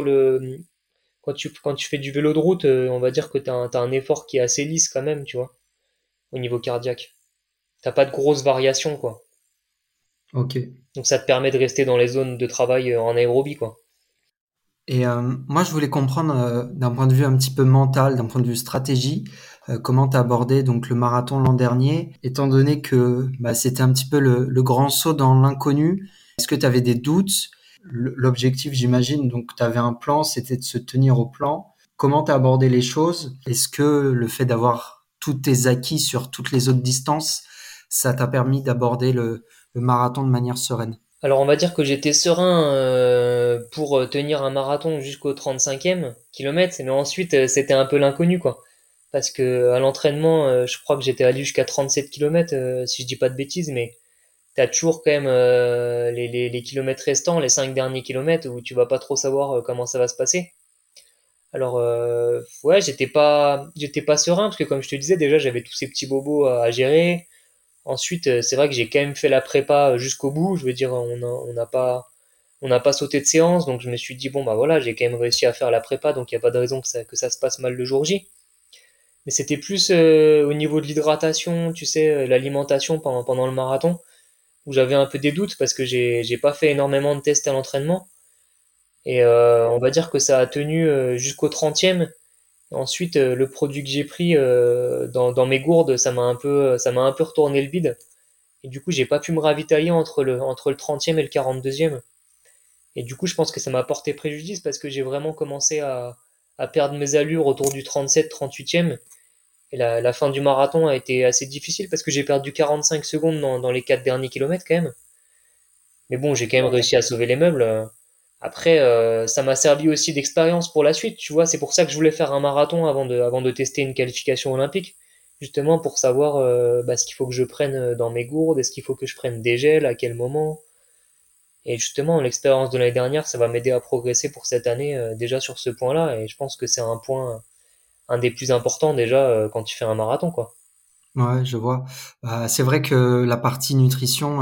quand tu fais du vélo de route, on va dire que t'as un effort qui est assez lisse quand même, tu vois, au niveau cardiaque. T'as pas de grosses variations, quoi. Ok. Donc ça te permet de rester dans les zones de travail en aérobie, quoi. Et moi, je voulais comprendre d'un point de vue un petit peu mental, d'un point de vue stratégie, comment tu as abordé donc le marathon l'an dernier, étant donné que bah, c'était un petit peu le grand saut dans l'inconnu. Est-ce que tu avais des doutes? L'objectif, j'imagine, donc tu avais un plan, c'était de se tenir au plan. Comment tu as abordé les choses? Est-ce que le fait d'avoir tous tes acquis sur toutes les autres distances, ça t'a permis d'aborder le marathon de manière sereine? Alors on va dire que j'étais serein pour tenir un marathon jusqu'au 35e kilomètre, mais ensuite c'était un peu l'inconnu, quoi. Parce que à l'entraînement, je crois que j'étais allé jusqu'à 37 kilomètres, si je dis pas de bêtises, mais t'as toujours quand même les kilomètres restants, les 5 derniers kilomètres, où tu vas pas trop savoir comment ça va se passer. Alors ouais, j'étais pas serein, parce que comme je te disais, déjà j'avais tous ces petits bobos à gérer. Ensuite, c'est vrai que j'ai quand même fait la prépa jusqu'au bout. Je veux dire, on n'a pas sauté de séance, donc je me suis dit bon bah voilà, j'ai quand même réussi à faire la prépa, donc il n'y a pas de raison que ça se passe mal le jour J. Mais c'était plus au niveau de l'hydratation, tu sais, l'alimentation pendant le marathon, où j'avais un peu des doutes parce que j'ai pas fait énormément de tests à l'entraînement. Et on va dire que ça a tenu jusqu'au 30e. Ensuite, le produit que j'ai pris dans mes gourdes, ça m'a un peu retourné le bide. Et du coup, j'ai pas pu me ravitailler entre le 30e et le 42e. Et du coup, je pense que ça m'a porté préjudice parce que j'ai vraiment commencé à perdre mes allures autour du 37-38e. Et la fin du marathon a été assez difficile parce que j'ai perdu 45 secondes dans les 4 derniers kilomètres quand même. Mais bon, j'ai quand même réussi à sauver les meubles. Après, ça m'a servi aussi d'expérience pour la suite. Tu vois, c'est pour ça que je voulais faire un marathon avant de tester une qualification olympique. Justement pour savoir bah, ce qu'il faut que je prenne dans mes gourdes, est-ce qu'il faut que je prenne des gels, à quel moment. Et justement, l'expérience de l'année dernière, ça va m'aider à progresser pour cette année déjà sur ce point-là. Et je pense que c'est un point, un des plus importants déjà quand tu fais un marathon, quoi. Ouais, je vois. C'est vrai que la partie nutrition,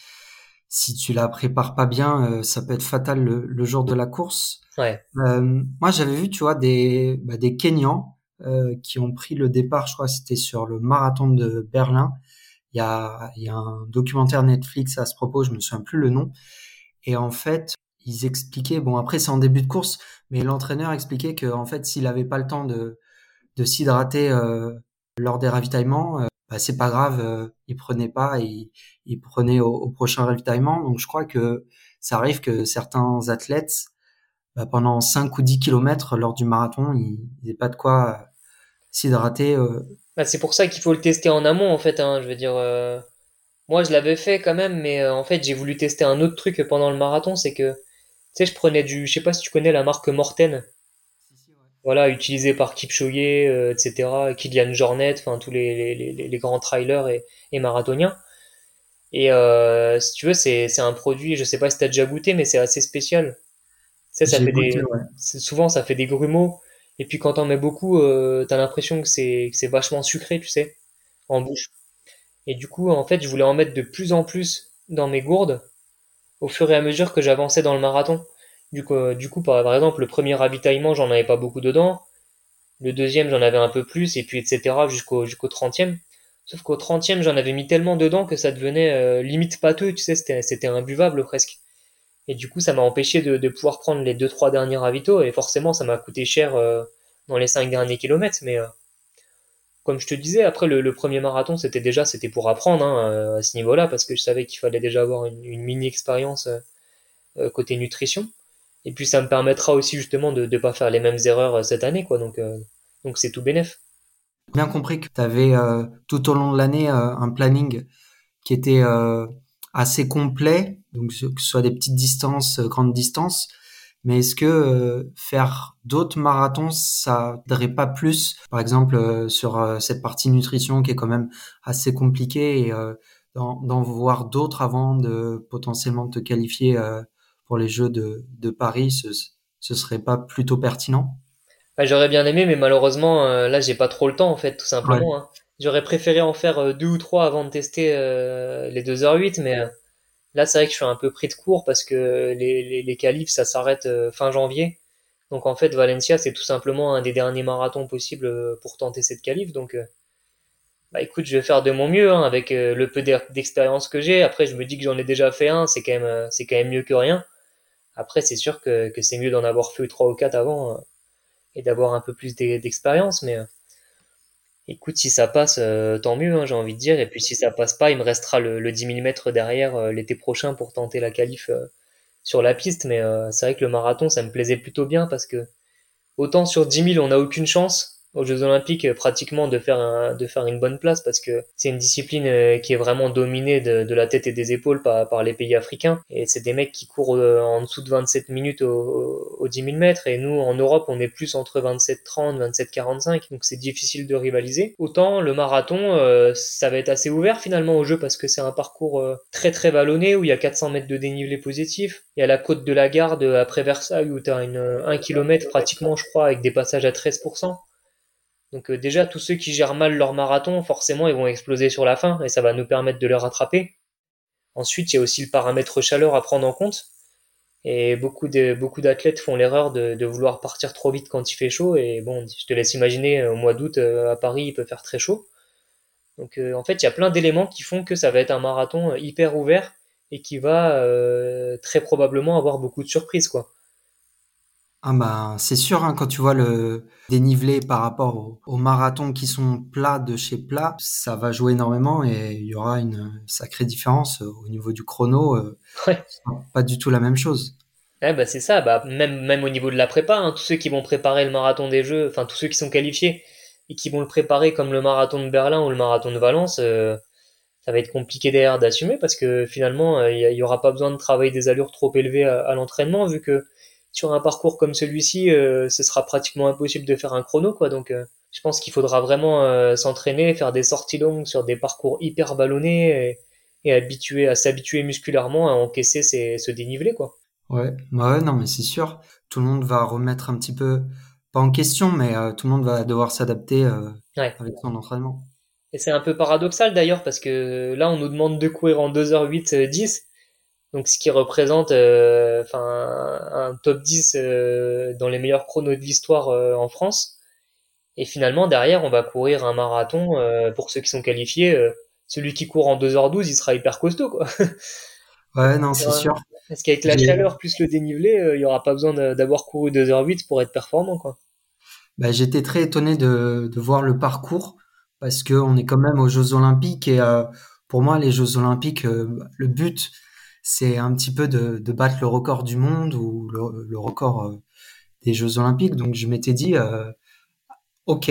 si tu la prépares pas bien, ça peut être fatal le jour de la course. Ouais. Moi, j'avais vu, tu vois, des Kenyans qui ont pris le départ, je crois que c'était sur le marathon de Berlin. Il y a un documentaire Netflix à ce propos, je me souviens plus le nom. Et en fait, ils expliquaient, bon après c'est en début de course, mais l'entraîneur expliquait que en fait s'il avait pas le temps de s'hydrater lors des ravitaillements, bah, c'est pas grave, il prenait pas, il prenait au prochain ravitaillement. Donc je crois que ça arrive que certains athlètes, bah, pendant 5 ou 10 kilomètres lors du marathon, ils aient pas de quoi s'hydrater. Bah, c'est pour ça qu'il faut le tester en amont, en fait, hein. Je veux dire, moi, je l'avais fait quand même, mais en fait, j'ai voulu tester un autre truc pendant le marathon, c'est que, tu sais, je sais pas si tu connais la marque Morten. voilà, utilisé par Kipchoge, etc., Kylian Jornet, enfin tous les grands trailers et marathoniens. Et si tu veux, c'est un produit, je sais pas si t'as déjà goûté, mais c'est assez spécial. Tu sais, J'ai goûté, ouais. souvent ça fait des grumeaux. Et puis quand t'en mets beaucoup, t'as l'impression que c'est vachement sucré, tu sais, en bouche. Et du coup, en fait, je voulais en mettre de plus en plus dans mes gourdes au fur et à mesure que j'avançais dans le marathon. Du coup, par exemple, le premier ravitaillement, j'en avais pas beaucoup dedans. Le deuxième, j'en avais un peu plus, et puis etc. jusqu'au 30e. Sauf qu'au 30e, j'en avais mis tellement dedans que ça devenait limite pâteux, tu sais, c'était imbuvable presque. Et du coup, ça m'a empêché de pouvoir prendre les deux trois derniers ravitaux, et forcément, ça m'a coûté cher dans les 5 derniers kilomètres. Mais comme je te disais, après le premier marathon, c'était pour apprendre hein, à ce niveau-là, parce que je savais qu'il fallait déjà avoir une mini expérience côté nutrition. Et puis ça me permettra aussi justement de ne pas faire les mêmes erreurs cette année, quoi. Donc c'est tout bénef. J'ai bien compris que tu avais tout au long de l'année un planning qui était assez complet, donc que ce soit des petites distances, grandes distances. Mais est-ce que faire d'autres marathons, ça t'aiderait pas plus, par exemple sur cette partie nutrition qui est quand même assez compliquée et d'en voir d'autres avant de potentiellement te qualifier pour les Jeux de Paris, ce serait pas plutôt pertinent? Bah, j'aurais bien aimé, mais malheureusement, là, j'ai pas trop le temps, en fait, tout Ouais. simplement, hein. J'aurais préféré en faire deux ou trois avant de tester les 2h08, mais là, c'est vrai que je suis un peu pris de court parce que les qualifs, ça s'arrête fin janvier. Donc, en fait, Valencia, c'est tout simplement un des derniers marathons possibles pour tenter cette qualif. Donc, bah écoute, je vais faire de mon mieux hein, avec le peu d'expérience que j'ai. Après, je me dis que j'en ai déjà fait un, c'est quand même mieux que rien. Après, c'est sûr que c'est mieux d'en avoir fait trois ou quatre avant et d'avoir un peu plus d'expérience. Mais écoute, si ça passe, tant mieux, hein, j'ai envie de dire. Et puis si ça passe pas, il me restera le 10 000 mètres derrière l'été prochain pour tenter la qualif sur la piste. Mais c'est vrai que le marathon, ça me plaisait plutôt bien parce que autant sur 10 000, on n'a aucune chance aux Jeux Olympiques pratiquement de faire une bonne place parce que c'est une discipline qui est vraiment dominée de la tête et des épaules par les pays africains. Et c'est des mecs qui courent en dessous de 27 minutes au 10 000 mètres. Et nous, en Europe, on est plus entre 27-30, 27-45. Donc c'est difficile de rivaliser. Autant le marathon, ça va être assez ouvert finalement au jeu parce que c'est un parcours très très vallonné où il y a 400 mètres de dénivelé positif. Il y a la côte de la Garde après Versailles où tu as 1 kilomètre pratiquement, je crois, avec des passages à 13%. Donc déjà, tous ceux qui gèrent mal leur marathon, forcément, ils vont exploser sur la fin et ça va nous permettre de les rattraper. Ensuite, il y a aussi le paramètre chaleur à prendre en compte. Et beaucoup d'athlètes font l'erreur de vouloir partir trop vite quand il fait chaud. Et bon, je te laisse imaginer, au mois d'août, à Paris, il peut faire très chaud. Donc en fait, il y a plein d'éléments qui font que ça va être un marathon hyper ouvert et qui va très probablement avoir beaucoup de surprises, quoi. Ah bah, c'est sûr, hein, quand tu vois le dénivelé par rapport aux marathons qui sont plats de chez plat, ça va jouer énormément et il y aura une sacrée différence au niveau du chrono. Ouais. Ce sera pas du tout la même chose. Ouais, bah c'est ça, bah même au niveau de la prépa, hein, tous ceux qui vont préparer le marathon des Jeux, enfin tous ceux qui sont qualifiés et qui vont le préparer comme le marathon de Berlin ou le marathon de Valence, ça va être compliqué derrière d'assumer parce que finalement il y aura pas besoin de travailler des allures trop élevées à l'entraînement vu que sur un parcours comme celui-ci, ce sera pratiquement impossible de faire un chrono quoi. Donc je pense qu'il faudra vraiment s'entraîner, faire des sorties longues sur des parcours hyper vallonnés et à s'habituer musculairement à encaisser ce dénivelé quoi. Ouais, bah ouais, non, mais c'est sûr. Tout le monde va remettre un petit peu, pas en question, mais tout le monde va devoir s'adapter Ouais. avec son entraînement. Et c'est un peu paradoxal d'ailleurs parce que là on nous demande de courir en 2h08 10, donc ce qui représente enfin un top 10 dans les meilleurs chronos de l'histoire en France. Et finalement derrière on va courir un marathon pour ceux qui sont qualifiés. Celui qui court en 2h12 il sera hyper costaud quoi. Ouais, non, c'est sûr. Parce qu'avec la J'ai, chaleur plus le dénivelé, il y aura pas besoin d'avoir couru 2h08 pour être performant quoi. bah, j'étais très étonné de voir le parcours parce que on est quand même aux Jeux Olympiques et pour moi, les Jeux Olympiques, le but, c'est un petit peu de battre le record du monde ou le record des Jeux Olympiques. Donc je m'étais dit, ok,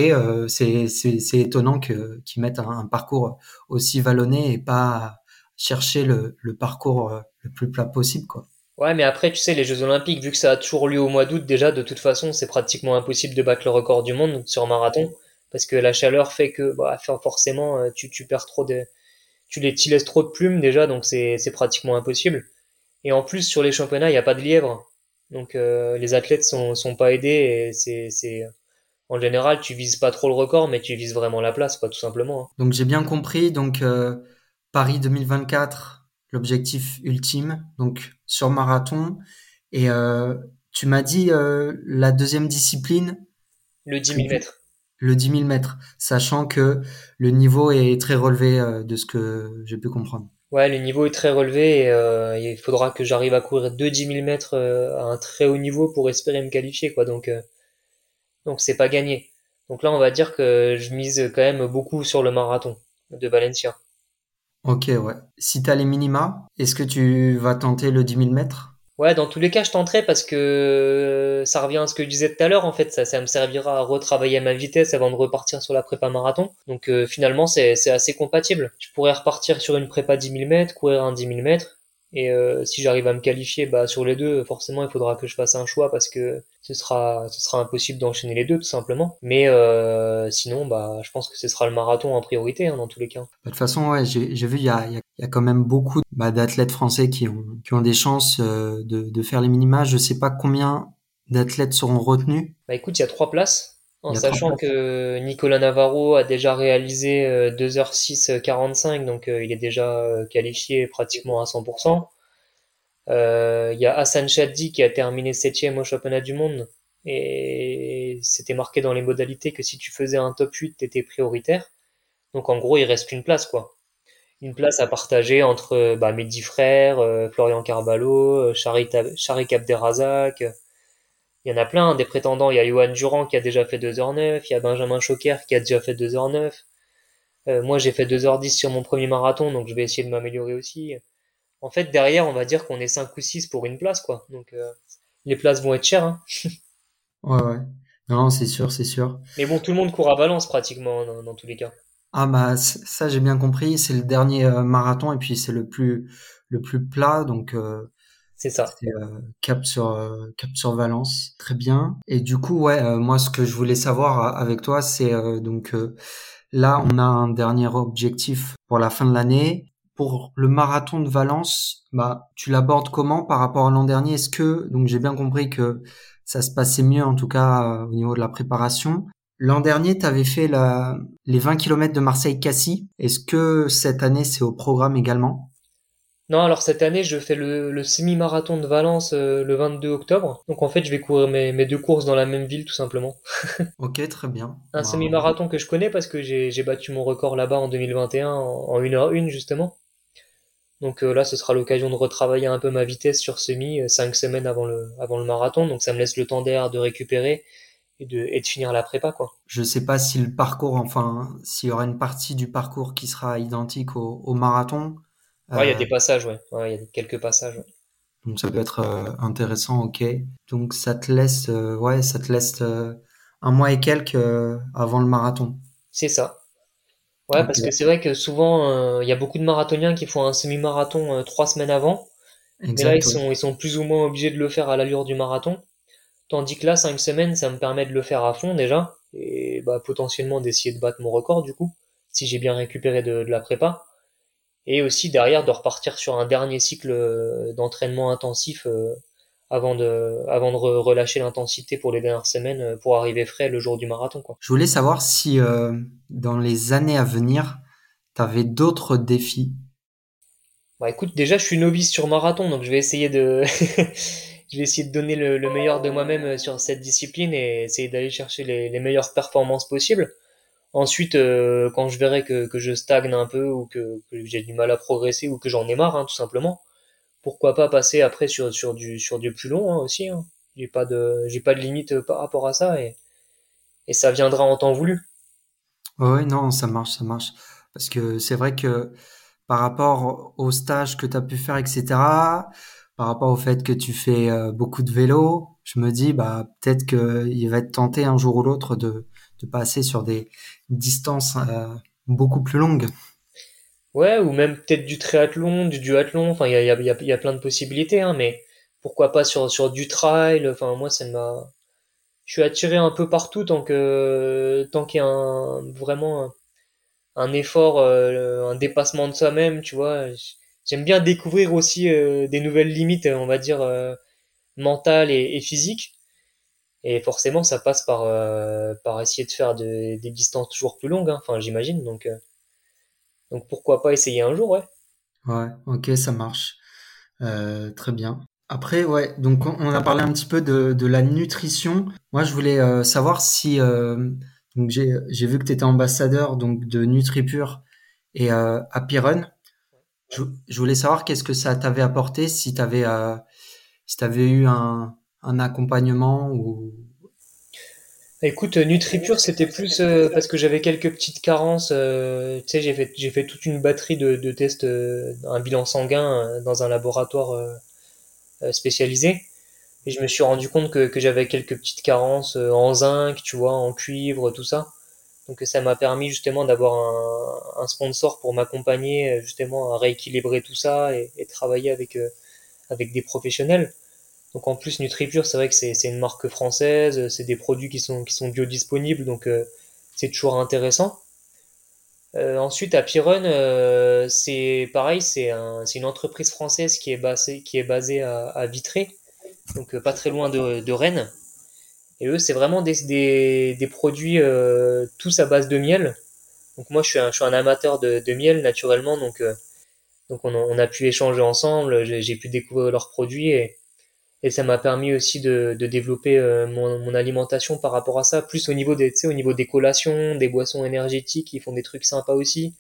c'est étonnant qu'ils mettent un parcours aussi vallonné et pas chercher le parcours le plus plat possible, quoi. Ouais, mais après, tu sais, les Jeux Olympiques, vu que ça a toujours lieu au mois d'août, déjà, de toute façon, c'est pratiquement impossible de battre le record du monde sur marathon, parce que la chaleur fait que, bah, forcément, tu perds trop t'y laisses trop de plumes déjà, donc c'est pratiquement impossible. Et en plus, sur les championnats, il n'y a pas de lièvre, donc les athlètes sont pas aidés, et en général, tu vises pas trop le record, mais tu vises vraiment la place, quoi, tout simplement, hein. Donc j'ai bien compris, donc Paris 2024, l'objectif ultime, donc sur marathon. Et tu m'as dit la deuxième discipline, Le 10 que 000 mètres. le 10 000 mètres, sachant que le niveau est très relevé de ce que j'ai pu comprendre. Ouais, le niveau est très relevé et il faudra que j'arrive à courir 2 10 000 mètres à un très haut niveau pour espérer me qualifier, quoi. Donc c'est pas gagné. Donc là, on va dire que je mise quand même beaucoup sur le marathon de Valencia. Ok, ouais. Si t'as les minima, est-ce que tu vas tenter le 10 000 mètres? Ouais, dans tous les cas, je tenterai parce que ça revient à ce que je disais tout à l'heure, en fait. Ça me servira à retravailler ma vitesse avant de repartir sur la prépa marathon. Donc finalement, c'est assez compatible. Je pourrais repartir sur une prépa 10 000 mètres, courir un 10 000 mètres. Et si j'arrive à me qualifier bah, sur les deux, forcément, il faudra que je fasse un choix parce que ce sera impossible d'enchaîner les deux, tout simplement. Mais sinon, bah, je pense que ce sera le marathon en priorité, hein, dans tous les cas. De toute façon, ouais, j'ai vu, il y a quand même beaucoup d'athlètes français qui ont des chances de faire les minima. Je sais pas combien d'athlètes seront retenus. Bah écoute, il y a 3 places, en Il y a trois sachant places. que Nicolas Navarro a déjà réalisé 2h06 45, donc il est déjà qualifié pratiquement à 100%. Il y a Hassan Chaddi qui a terminé septième au championnat du monde, et c'était marqué dans les modalités que si tu faisais un top 8, t'étais prioritaire. Donc en gros, il reste une place, quoi. Une place à partager entre bah, mes 10 frères, Florian Carvalho, Sharik Abderrazak. Il y en a plein, hein, des prétendants. Il y a Johan Durand qui a déjà fait 2h09, il y a Benjamin Choquer qui a déjà fait 2h09. Moi, j'ai fait 2h10 sur mon premier marathon, donc je vais essayer de m'améliorer aussi. En fait, derrière, on va dire qu'on est 5 ou 6 pour une place, quoi. Donc, les places vont être chères, hein. Ouais, ouais. Non, c'est sûr, c'est sûr. Mais bon, tout le monde court à Valence, pratiquement, hein, dans tous les cas. Ah bah ça j'ai bien compris. C'est le dernier marathon et puis c'est le plus plat, donc C'est ça. c'est Cap sur Valence, très bien. Et du coup, ouais, moi ce que je voulais savoir avec toi, c'est donc là on a un dernier objectif pour la fin de l'année. Pour le marathon de Valence, bah tu l'abordes comment par rapport à l'an dernier? Est-ce que donc j'ai bien compris que ça se passait mieux en tout cas au niveau de la préparation. L'an dernier, tu avais fait les 20 kilomètres de Marseille-Cassis. Est-ce que cette année c'est au programme également? Non, alors cette année, je fais le semi-marathon de Valence le 22 octobre. Donc en fait, je vais courir mes deux courses dans la même ville, tout simplement. Ok, très bien. Un Bah, semi-marathon que je connais parce que j'ai battu mon record là-bas en 2021 en 1h01 justement. Donc là, ce sera l'occasion de retravailler un peu ma vitesse sur semi 5 semaines avant le marathon. Donc ça me laisse le temps d'air de récupérer et de finir la prépa, quoi. je sais pas si le parcours, enfin, s'il y aura une partie du parcours qui sera identique au marathon. Ouais, il y a Euh, des passages, ouais. Ouais, il y a quelques passages, ouais. donc ça peut être intéressant, ok. Donc ça te laisse, ouais, ça te laisse un mois et quelques avant le marathon. C'est ça. Ouais, Ok, parce que c'est vrai que souvent, il y a beaucoup de marathoniens qui font un semi-marathon 3 semaines avant. Mais là, ils exact. Ouais. sont, ils sont plus ou moins obligés de le faire à l'allure du marathon. Tandis que là, 5 semaines, ça me permet de le faire à fond déjà. Et bah, potentiellement d'essayer de battre mon record du coup, si j'ai bien récupéré de la prépa. Et aussi derrière de repartir sur un dernier cycle d'entraînement intensif avant de relâcher l'intensité pour les dernières semaines pour arriver frais le jour du marathon, quoi. Je voulais savoir si dans les années à venir, tu avais d'autres défis. Bah écoute, déjà je suis novice sur marathon, donc je vais essayer de je vais essayer de donner le meilleur de moi-même sur cette discipline et essayer d'aller chercher les meilleures performances possibles. Ensuite, quand je verrai que je stagne un peu ou que j'ai du mal à progresser ou que j'en ai marre, hein, tout simplement, pourquoi pas passer après sur du plus long, hein, aussi, hein. J'ai pas de limite par rapport à ça et ça viendra en temps voulu. Ouais, ouais, non, ça marche, ça marche. Parce que c'est vrai que par rapport au stage que tu as pu faire, etc., par rapport au fait que tu fais beaucoup de vélo, je me dis, bah, peut-être qu'il va être tenté un jour ou l'autre de passer sur des distances beaucoup plus longues. Ouais, ou même peut-être du triathlon, du duathlon, enfin il y a plein de possibilités, hein, mais pourquoi pas sur du trail. Enfin, moi, je suis attiré un peu partout tant qu'il y a vraiment un effort, un dépassement de soi-même, tu vois. J'aime bien découvrir aussi des nouvelles limites, on va dire, mentales et physiques. Et forcément, ça passe par essayer de faire des distances toujours plus longues, hein. Enfin, j'imagine. Donc pourquoi pas essayer un jour, ouais. Ouais, ok, ça marche. Très bien. Après, ouais, donc on a parlé un petit peu de la nutrition. Moi, je voulais savoir si donc j'ai vu que tu étais ambassadeur donc de NutriPure et Happy Run. Je voulais savoir qu'est-ce que ça t'avait apporté, si t'avais eu un accompagnement ou Écoute, NutriPure, c'était plus parce que j'avais quelques petites carences. Tu sais, j'ai fait toute une batterie de tests, un bilan sanguin dans un laboratoire spécialisé. Et je me suis rendu compte que j'avais quelques petites carences en zinc, tu vois, en cuivre, tout ça. Donc ça m'a permis justement d'avoir un sponsor pour m'accompagner justement à rééquilibrer tout ça et travailler avec des professionnels. Donc en plus NutriPure, c'est vrai que c'est une marque française, c'est des produits qui sont biodisponibles, donc c'est toujours intéressant. Ensuite, à Run, c'est pareil, c'est une entreprise française qui est basée à Vitré, donc pas très loin de Rennes. Et eux, c'est vraiment des produits tous à base de miel. Donc moi, je suis un amateur de miel naturellement, donc on a pu échanger ensemble, j'ai pu découvrir leurs produits et ça m'a permis aussi de développer mon alimentation par rapport à ça, plus au niveau tu sais, au niveau des collations, des boissons énergétiques, ils font des trucs sympas aussi.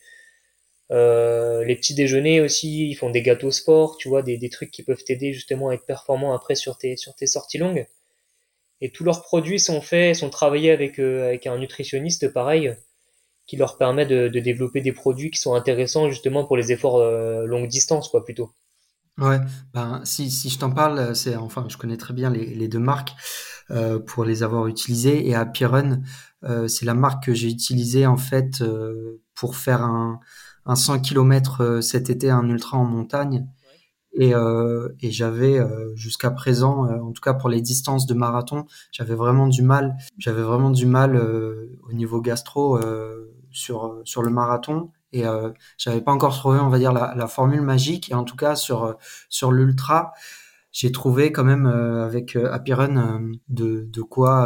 Les petits déjeuners aussi, ils font des gâteaux sport, tu vois, des trucs qui peuvent t'aider justement à être performant après sur tes sorties longues. Et tous leurs produits sont travaillés avec un nutritionniste pareil, qui leur permet de développer des produits qui sont intéressants justement pour les efforts longue distance, quoi, plutôt. ouais, ben si je t'en parle, c'est enfin je connais très bien les deux marques pour les avoir utilisées et Happy Run, c'est la marque que j'ai utilisée en fait pour faire un 100 km cet été, un ultra en montagne. Et j'avais jusqu'à présent, en tout cas pour les distances de marathon, j'avais vraiment du mal au niveau gastro sur le marathon. Et j'avais pas encore trouvé, on va dire, la formule magique. Et en tout cas sur l'ultra, j'ai trouvé quand même avec Happy Run de quoi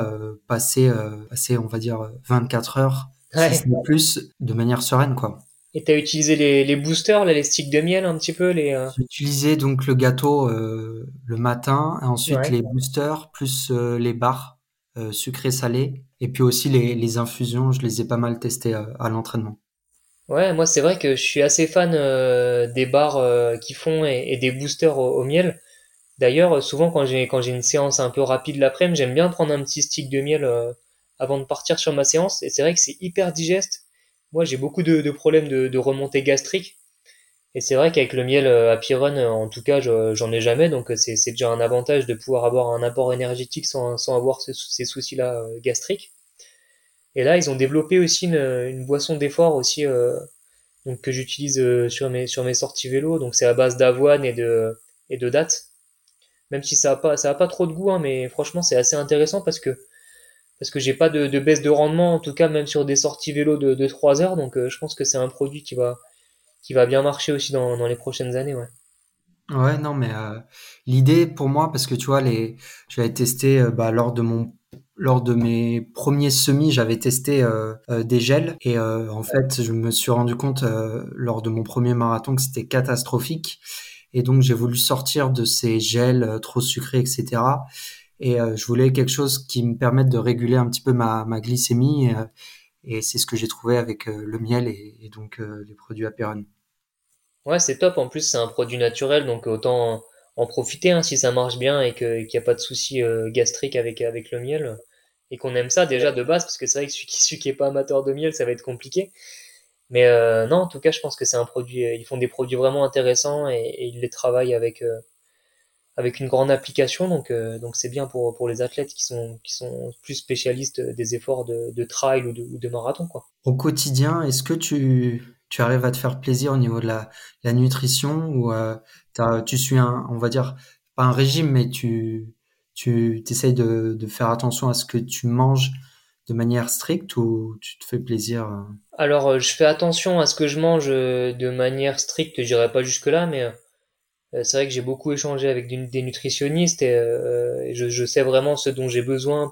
passer, on va dire, 24 heures, si ce Ouais. n'est plus, de manière sereine, quoi. Et t'as utilisé les boosters, là, les sticks de miel un petit peu, J'ai utilisé donc le gâteau le matin, et ensuite Ouais. les boosters, plus les barres sucrées salées, et puis aussi les infusions, je les ai pas mal testées à l'entraînement. Ouais, moi c'est vrai que je suis assez fan des bars qui font et des boosters au miel. D'ailleurs, souvent quand j'ai une séance un peu rapide l'après-midi, j'aime bien prendre un petit stick de miel avant de partir sur ma séance. Et c'est vrai que c'est hyper digeste. Moi, j'ai beaucoup de problèmes de remontée gastrique. Et c'est vrai qu'avec le miel à Pyrone, en tout cas, j'en ai jamais. Donc c'est déjà un avantage de pouvoir avoir un apport énergétique sans avoir ces soucis-là gastriques. Et là, ils ont développé aussi une boisson d'effort aussi donc que j'utilise sur mes sorties vélo. Donc c'est à base d'avoine et de dattes. Même si ça a pas trop de goût, hein, mais franchement c'est assez intéressant parce que j'ai pas de baisse de rendement, en tout cas même sur des sorties vélo de 3 heures. Donc je pense que c'est un produit qui va bien marcher aussi dans les prochaines années, ouais. Ouais, non, mais l'idée pour moi, parce que tu vois, j'avais testé bah, lors de mes premiers semis, j'avais testé des gels et en fait, je me suis rendu compte lors de mon premier marathon que c'était catastrophique et donc j'ai voulu sortir de ces gels trop sucrés, etc. Et je voulais quelque chose qui me permette de réguler un petit peu ma glycémie et c'est ce que j'ai trouvé avec le miel et donc les produits Aperon. Ouais, c'est top. En plus, c'est un produit naturel, donc autant en profiter hein, si ça marche bien et qu'il n'y a pas de soucis gastriques avec le miel. Et qu'on aime ça déjà de base, parce que c'est vrai que celui qui est pas amateur de miel, ça va être compliqué. Mais non, en tout cas, je pense que c'est un produit. Ils font des produits vraiment intéressants et ils les travaillent avec une grande application. Donc c'est bien pour les athlètes qui sont plus spécialistes des efforts de trail ou de marathon, quoi. Au quotidien, est-ce que tu arrives à te faire plaisir au niveau de la nutrition ou tu suis on va dire, pas un régime, mais tu t'essayes de faire attention à ce que tu manges de manière stricte ou tu te fais plaisir? Alors, je fais attention à ce que je mange de manière stricte, je dirais pas jusque-là, mais c'est vrai que j'ai beaucoup échangé avec des nutritionnistes et je sais vraiment ce dont j'ai besoin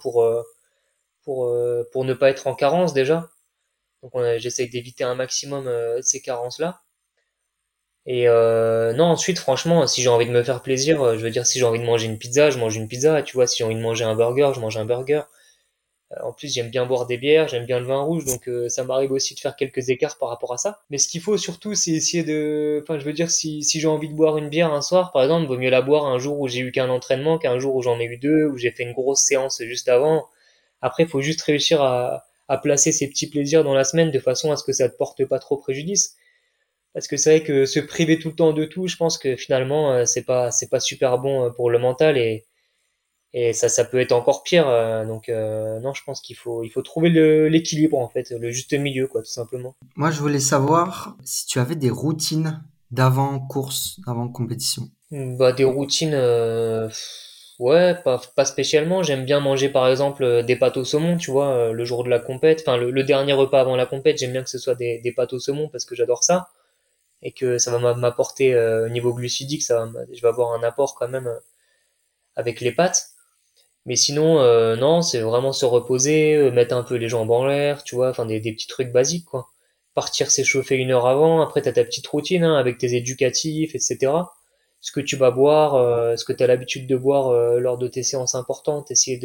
pour ne pas être en carence déjà. Donc j'essaie d'éviter un maximum ces carences-là. Et non, ensuite, franchement, si j'ai envie de me faire plaisir, je veux dire, si j'ai envie de manger une pizza, je mange une pizza. Tu vois, si j'ai envie de manger un burger, je mange un burger. En plus, j'aime bien boire des bières, j'aime bien le vin rouge, donc ça m'arrive aussi de faire quelques écarts par rapport à ça. Mais ce qu'il faut surtout, c'est essayer de... Enfin, je veux dire, si j'ai envie de boire une bière un soir, par exemple, vaut mieux la boire un jour où j'ai eu qu'un entraînement qu'un jour où j'en ai eu deux, où j'ai fait une grosse séance juste avant. Après, il faut juste réussir à placer ces petits plaisirs dans la semaine de façon à ce que ça te porte pas trop préjudice. Parce que c'est vrai que se priver tout le temps de tout, je pense que finalement, c'est pas super bon pour le mental et ça peut être encore pire. Donc non, je pense qu'il faut trouver l'équilibre en fait, le juste milieu quoi, tout simplement. Moi, je voulais savoir si tu avais des routines d'avant course, d'avant compétition. Bah des routines, ouais, pas spécialement. J'aime bien manger par exemple des pâtes au saumon, tu vois, le jour de la compète. Enfin le dernier repas avant la compète, j'aime bien que ce soit des pâtes au saumon parce que j'adore ça et que ça va m'apporter au niveau glucidique, je vais avoir un apport quand même avec les pâtes. Mais sinon, non, c'est vraiment se reposer, mettre un peu les jambes en l'air, tu vois, enfin des petits trucs basiques, quoi. Partir s'échauffer une heure avant, après t'as ta petite routine, hein, avec tes éducatifs, etc. Ce que tu vas boire, ce que tu as l'habitude de boire lors de tes séances importantes, essayer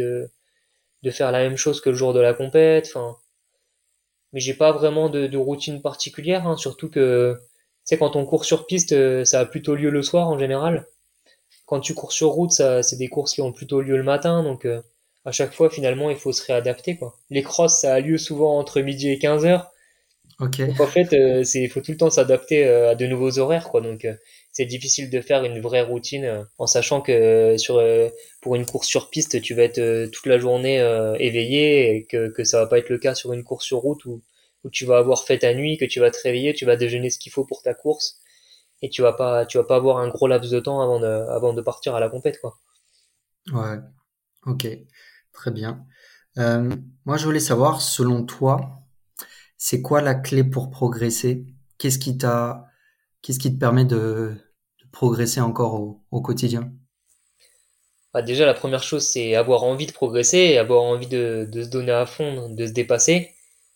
de faire la même chose que le jour de la compète, enfin. Mais j'ai pas vraiment de routine particulière, hein, surtout que, tu sais, quand on court sur piste, ça a plutôt lieu le soir en général. Quand tu cours sur route, ça, c'est des courses qui ont plutôt lieu le matin, donc à chaque fois, finalement, il faut se réadapter, quoi. Les crosses, ça a lieu souvent entre midi et 15 heures. Ok. Donc en fait, il faut tout le temps s'adapter à de nouveaux horaires, quoi. Donc c'est difficile de faire une vraie routine en sachant que pour une course sur piste, tu vas être toute la journée éveillé et que ça va pas être le cas sur une course sur route où tu vas avoir fait ta nuit, que tu vas te réveiller, tu vas déjeuner ce qu'il faut pour ta course et tu vas pas avoir un gros laps de temps avant de partir à la compète, quoi. Ouais. Ok. Très bien. Euh, Moi, je voulais savoir, selon toi, c'est quoi la clé pour progresser? Qu'est-ce qui te permet de progresser encore au quotidien? Bah, déjà, la première chose, c'est avoir envie de progresser et avoir envie de se donner à fond, de se dépasser.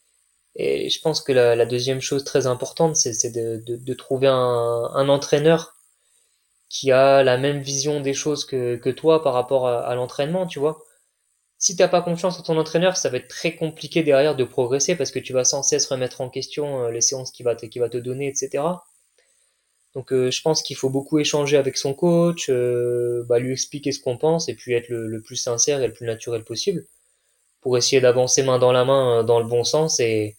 Et je pense que la deuxième chose très importante, c'est de trouver un entraîneur qui a la même vision des choses que toi par rapport à l'entraînement, tu vois. Si t'as pas confiance en ton entraîneur, ça va être très compliqué derrière de progresser parce que tu vas sans cesse remettre en question les séances qu'il va te donner, etc. Donc je pense qu'il faut beaucoup échanger avec son coach, bah, lui expliquer ce qu'on pense et puis être le plus sincère et le plus naturel possible pour essayer d'avancer main dans la main dans le bon sens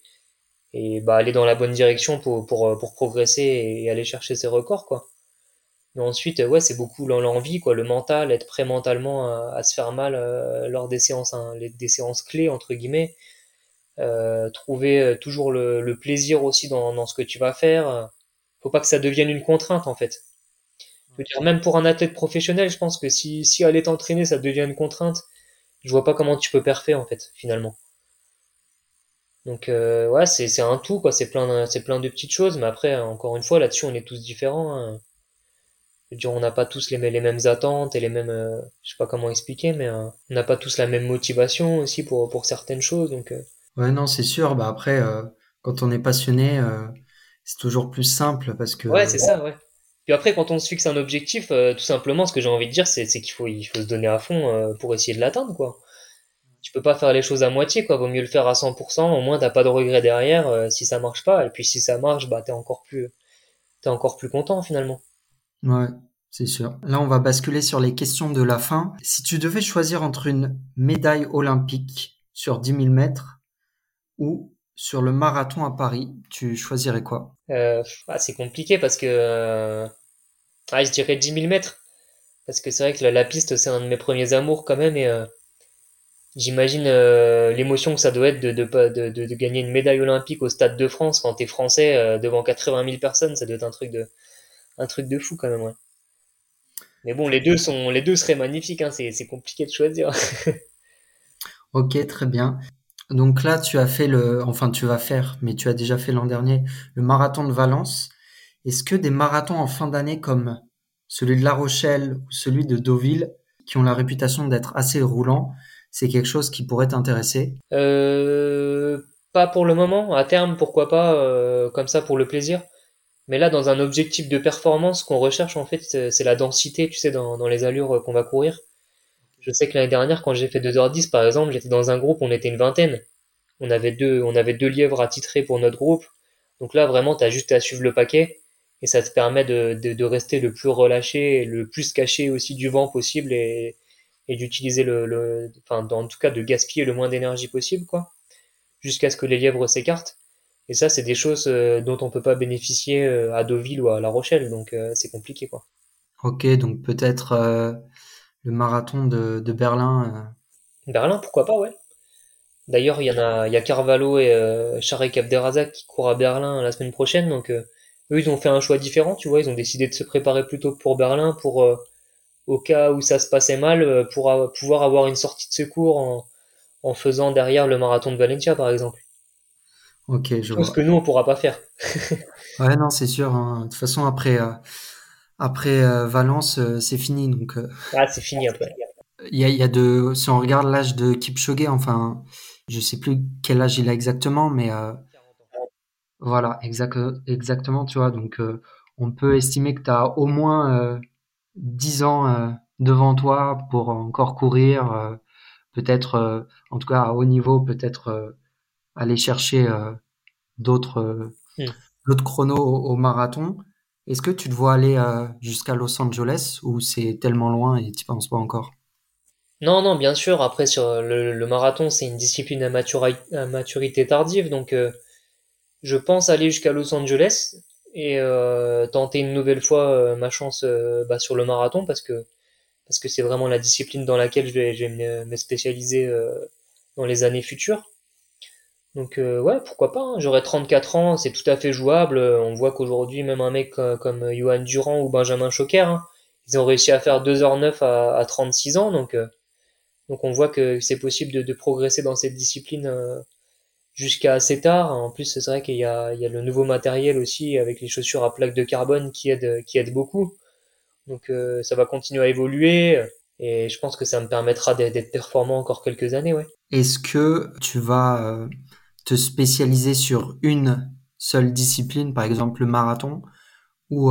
et bah, aller dans la bonne direction pour progresser et aller chercher ses records, quoi. Mais ensuite, ouais, c'est beaucoup l'envie, quoi, le mental, être prêt mentalement à se faire mal lors des séances, hein, des séances clés, entre guillemets. Trouver toujours le plaisir aussi dans ce que tu vas faire. Faut pas que ça devienne une contrainte, en fait. Je veux dire, même pour un athlète professionnel, je pense que si aller t'entraîner, ça devient une contrainte, je vois pas comment tu peux perfer, en fait, finalement. Donc ouais, c'est un tout quoi, c'est plein de petites choses, mais après encore une fois là-dessus on est tous différents, hein. Je veux dire, on n'a pas tous les mêmes attentes et les mêmes, je sais pas comment expliquer, mais on n'a pas tous la même motivation aussi pour certaines choses, donc Ouais, non, c'est sûr. Bah après, quand on est passionné, c'est toujours plus simple parce ouais que c'est ça, ouais. Puis après quand on se fixe un objectif, tout simplement ce que j'ai envie de dire c'est qu'il faut se donner à fond pour essayer de l'atteindre quoi. Tu peux pas faire les choses à moitié quoi, vaut mieux le faire à 100%, au moins t'as pas de regrets derrière si ça marche pas, et puis si ça marche bah t'es encore plus content finalement. ouais, c'est sûr. Là, on va basculer sur les questions de la fin. Si tu devais choisir entre une médaille olympique sur 10 000 mètres ou sur le marathon à Paris, tu choisirais quoi? C'est compliqué parce que je dirais 10 000 mètres parce que c'est vrai que la piste c'est un de mes premiers amours quand même et j'imagine l'émotion que ça doit être de gagner une médaille olympique au Stade de France quand t'es français devant 80 000 personnes, ça doit être un truc de fou quand même, ouais. Mais bon, les deux seraient magnifiques, hein, c'est compliqué de choisir. Ok, très bien. Donc là, tu as fait enfin tu vas faire, mais tu as déjà fait l'an dernier, le marathon de Valence. Est-ce que des marathons en fin d'année comme celui de La Rochelle ou celui de Deauville, qui ont la réputation d'être assez roulants, c'est quelque chose qui pourrait t'intéresser? Euh, Pas pour le moment, à terme, pourquoi pas, comme ça pour le plaisir. Mais là, dans un objectif de performance, ce qu'on recherche en fait, c'est la densité, tu sais, dans les allures qu'on va courir. Je sais que l'année dernière, quand j'ai fait 2h10, par exemple, j'étais dans un groupe, on était une vingtaine. On avait deux lièvres attitrés pour notre groupe. Donc là, vraiment, t'as juste à suivre le paquet. Et ça te permet de rester le plus relâché et le plus caché aussi du vent possible et d'utiliser enfin, en tout cas, de gaspiller le moins d'énergie possible, quoi. Jusqu'à ce que les lièvres s'écartent. Et ça, c'est des choses dont on peut pas bénéficier à Deauville ou à La Rochelle. Donc, c'est compliqué, quoi. Ok, donc peut-être le marathon de Berlin. Berlin, pourquoi pas, ouais. D'ailleurs, il y a Carvalho et Sharek Abderrazak qui courent à Berlin la semaine prochaine. Donc, eux, ils ont fait un choix différent, tu vois. Ils ont décidé de se préparer plutôt pour Berlin pour, au cas où ça se passait mal, pour pouvoir avoir une sortie de secours en faisant derrière le marathon de Valencia, par exemple. Ok, je Chose vois. que nous, on pourra pas faire. Ouais, non, c'est sûr, hein. De toute façon, après Valence, c'est fini. Donc, Ah, c'est fini après. il y a si on regarde l'âge de Kipchoge, enfin, je sais plus quel âge il a exactement, mais 40 ans. voilà, exactement, tu vois. Donc, on peut estimer que tu as au moins 10 ans devant toi pour encore courir, peut-être, en tout cas à haut niveau, peut-être aller chercher d'autres Hmm. d'autres chronos au marathon. Est-ce que tu te vois aller jusqu'à Los Angeles ou c'est tellement loin et tu penses pas encore? Non, non, bien sûr. Après, sur le marathon, c'est une discipline à maturité tardive. Donc, je pense aller jusqu'à Los Angeles et tenter une nouvelle fois ma chance bah, sur le marathon parce que c'est vraiment la discipline dans laquelle je vais me spécialiser dans les années futures. Donc ouais, pourquoi pas, hein. J'aurai 34 ans, c'est tout à fait jouable. On voit qu'aujourd'hui, même un mec comme Johan Durand ou Benjamin Choquer, hein, ils ont réussi à faire 2h09 à 36 ans. Donc on voit que c'est possible de progresser dans cette discipline jusqu'à assez tard. En plus, c'est vrai il y a le nouveau matériel aussi avec les chaussures à plaque de carbone qui aide beaucoup. Donc ça va continuer à évoluer et je pense que ça me permettra d'être performant encore quelques années, ouais. Est-ce que tu vas te spécialiser sur une seule discipline, par exemple le marathon, ou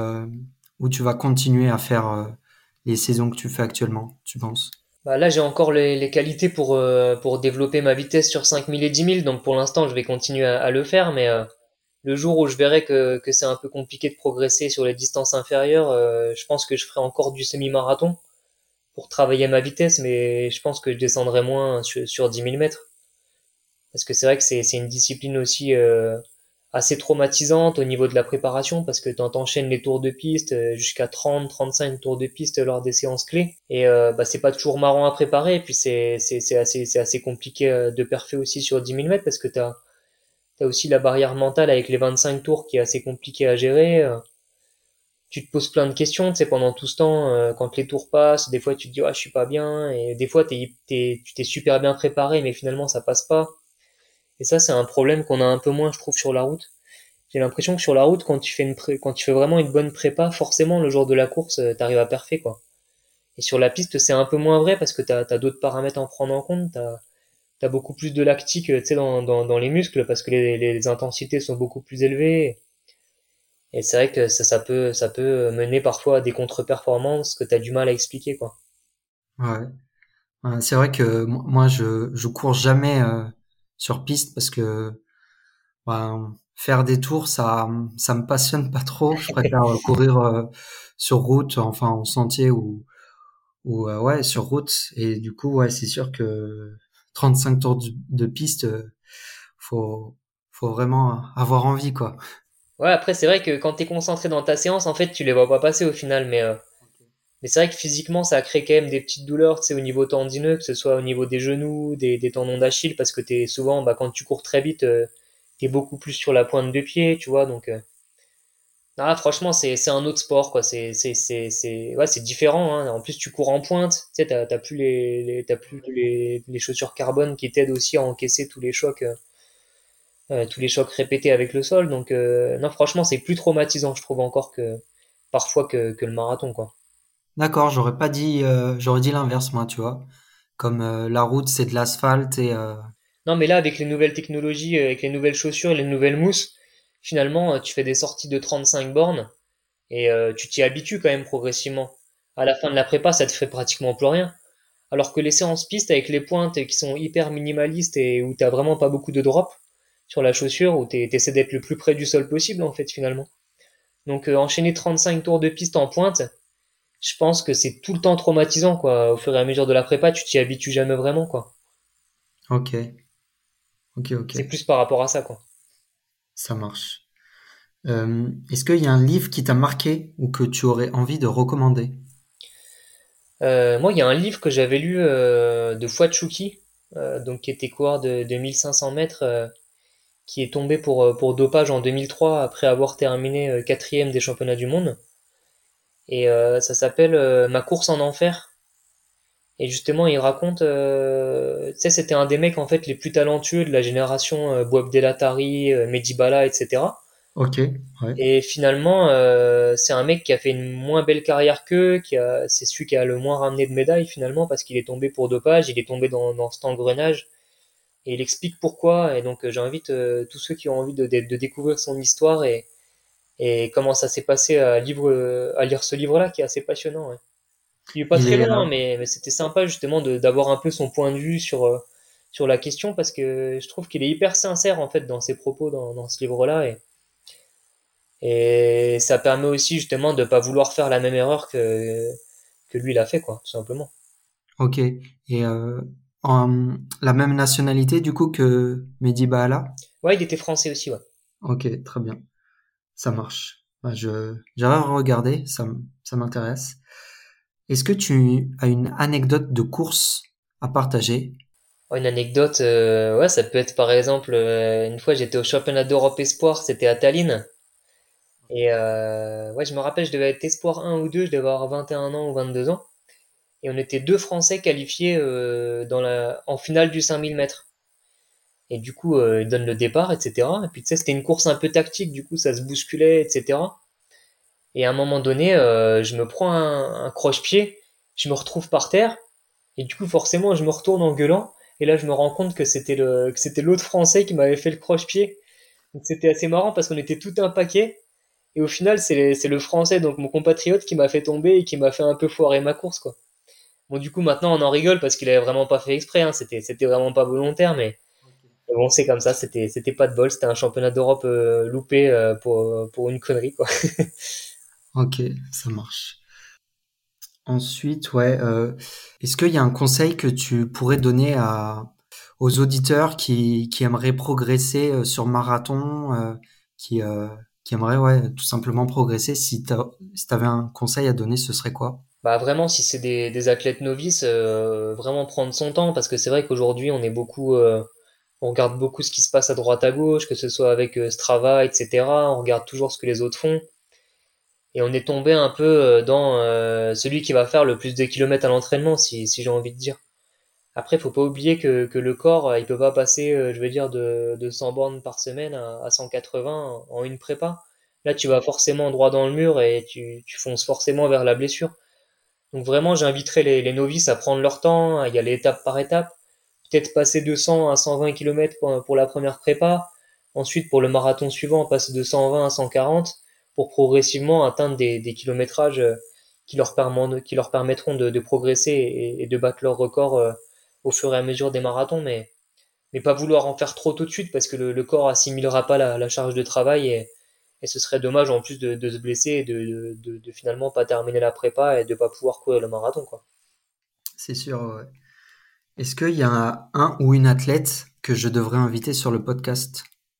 ou tu vas continuer à faire les saisons que tu fais actuellement, tu penses? Bah là, j'ai encore les qualités pour développer ma vitesse sur 5000 et 10 000, donc pour l'instant, je vais continuer à le faire, mais le jour où je verrai que c'est un peu compliqué de progresser sur les distances inférieures, je pense que je ferai encore du semi-marathon pour travailler ma vitesse, mais je pense que je descendrai moins sur 10 000 mètres. Parce que c'est vrai que c'est une discipline aussi assez traumatisante au niveau de la préparation, parce que t'enchaînes les tours de piste jusqu'à 30-35 tours de piste lors des séances clés. Et bah, c'est pas toujours marrant à préparer, et puis c'est assez compliqué de perfer aussi sur 10 000 mètres, parce que t'as aussi la barrière mentale avec les 25 tours qui est assez compliqué à gérer. Tu te poses plein de questions, tu sais, pendant tout ce temps, quand les tours passent, des fois tu te dis, ah, je suis pas bien, et des fois tu t'es super bien préparé, mais finalement ça passe pas. Et ça, c'est un problème qu'on a un peu moins, je trouve, sur la route. J'ai l'impression que sur la route, quand tu fais vraiment une bonne prépa, forcément, le jour de la course, t'arrives à parfait, quoi. Et sur la piste, c'est un peu moins vrai parce que t'as d'autres paramètres à en prendre en compte. T'as beaucoup plus de lactique, tu sais, dans les muscles parce que les intensités sont beaucoup plus élevées. Et c'est vrai que ça peut mener parfois à des contre-performances que t'as du mal à expliquer, quoi. Ouais. C'est vrai que moi, je cours jamais sur piste parce que faire des tours, ça me passionne pas trop. Je préfère courir sur route, enfin en sentier ou ouais sur route. Et du coup, ouais, c'est sûr que 35 tours de piste, faut faut vraiment avoir envie quoi. Ouais, après, c'est vrai que quand t'es concentré dans ta séance, en fait, tu les vois pas passer au final, mais c'est vrai que physiquement, ça crée quand même des petites douleurs, tu sais, au niveau tendineux, que ce soit au niveau des genoux, des tendons d'Achille, parce que t'es souvent, bah, quand tu cours très vite, t'es beaucoup plus sur la pointe de pied, tu vois, donc Ah, franchement, c'est un autre sport, quoi. Ouais, c'est différent, hein. En plus, tu cours en pointe. Tu sais, t'as plus t'as plus les chaussures carbone qui t'aident aussi à encaisser tous les chocs répétés avec le sol. Donc, non, franchement, c'est plus traumatisant, je trouve encore que parfois que le marathon, quoi. D'accord, j'aurais dit l'inverse, moi, tu vois. Comme la route, c'est de l'asphalte et Non, mais là, avec les nouvelles technologies, avec les nouvelles chaussures et les nouvelles mousses, finalement, tu fais des sorties de 35 bornes et tu t'y habitues quand même progressivement. À la fin de la prépa, ça te fait pratiquement plus rien. Alors que les séances pistes avec les pointes qui sont hyper minimalistes et où t'as vraiment pas beaucoup de drop sur la chaussure, où t'essaies d'être le plus près du sol possible en fait finalement. Donc enchaîner 35 tours de piste en pointe, je pense que c'est tout le temps traumatisant quoi. Au fur et à mesure de la prépa, tu t'y habitues jamais vraiment quoi. ok, ok, C'est plus par rapport à ça quoi. ça marche. Est-ce qu'il y a un livre qui t'a marqué ou que tu aurais envie de recommander? Moi, il y a un livre que j'avais lu de Fouad donc qui était coureur de 1500 mètres, qui est tombé pour dopage en 2003 après avoir terminé quatrième des championnats du monde. Et ça s'appelle Ma course en enfer. Et justement, il raconte, tu sais, c'était un des mecs en fait les plus talentueux de la génération Boab Delatari, Mehdi Bala, etc. Ok, ouais. Et finalement, c'est un mec qui a fait une moins belle carrière qu'eux, c'est celui qui a le moins ramené de médailles finalement parce qu'il est tombé pour dopage, il est tombé dans cet engrenage. Et il explique pourquoi. Et donc, j'invite tous ceux qui ont envie de découvrir son histoire et comment ça s'est passé à lire ce livre-là qui est assez passionnant. Ouais. Il est pas Il très est, long, hein, mais c'était sympa justement d'avoir un peu son point de vue sur la question parce que je trouve qu'il est hyper sincère en fait dans ses propos dans ce livre-là et ça permet aussi justement de pas vouloir faire la même erreur que lui il a fait quoi, tout simplement. ok. Et la même nationalité du coup que Mehdi Bahala? Ouais, il était français aussi, ouais. Ok, très bien. Ça marche. Bah, j'irai regarder, ça m'intéresse. Est-ce que tu as une anecdote de course à partager? Ouais, une anecdote, ouais, ça peut être par exemple, une fois j'étais au championnat d'Europe Espoir, c'était à Tallinn. Et ouais, je me rappelle, je devais être Espoir 1 ou 2, je devais avoir 21 ans ou 22 ans. Et on était deux Français qualifiés en finale du 5000 mètres. Et du coup, ils donnent le départ, etc. Et puis tu sais, c'était une course un peu tactique, du coup, ça se bousculait, etc. Et à un moment donné, je me prends un croche-pied, je me retrouve par terre, et du coup, forcément, je me retourne en gueulant. Et là, je me rends compte que c'était l'autre Français qui m'avait fait le croche-pied. Donc c'était assez marrant parce qu'on était tout un paquet. Et au final, c'est le français, donc mon compatriote, qui m'a fait tomber et qui m'a fait un peu foirer ma course, quoi. Bon, du coup, maintenant, on en rigole parce qu'il avait vraiment pas fait exprès, hein. C'était vraiment pas volontaire, mais bon, c'est comme ça. C'était pas de bol. C'était un championnat d'Europe loupé pour une connerie, quoi. Ok, ça marche. Ensuite, ouais, est-ce qu'il y a un conseil que tu pourrais donner aux auditeurs qui aimeraient progresser sur marathon, qui aimeraient ouais, tout simplement progresser? Si t'avais un conseil à donner, ce serait quoi? Bah, vraiment, si c'est des athlètes novices, vraiment prendre son temps parce que c'est vrai qu'aujourd'hui, on regarde beaucoup ce qui se passe à droite à gauche, que ce soit avec Strava, etc. On regarde toujours ce que les autres font. Et on est tombé un peu dans celui qui va faire le plus de kilomètres à l'entraînement, si j'ai envie de dire. Après, faut pas oublier que le corps, il peut pas passer, je veux dire, de 100 bornes par semaine à 180 en une prépa. Là, tu vas forcément droit dans le mur et tu fonces forcément vers la blessure. Donc vraiment, j'inviterais les novices à prendre leur temps, à y aller étape par étape. Peut-être passer de 100 à 120 kilomètres pour la première prépa. Ensuite, pour le marathon suivant, passer de 120 à 140 pour progressivement atteindre des kilométrages qui leur permettront de progresser et de battre leur record au fur et à mesure des marathons, mais pas vouloir en faire trop tout de suite parce que le corps assimilera pas la charge de travail et ce serait dommage en plus de se blesser et de finalement pas terminer la prépa et de pas pouvoir courir le marathon, quoi. C'est sûr, ouais. Est-ce qu'il y a un ou une athlète que je devrais inviter sur le podcast?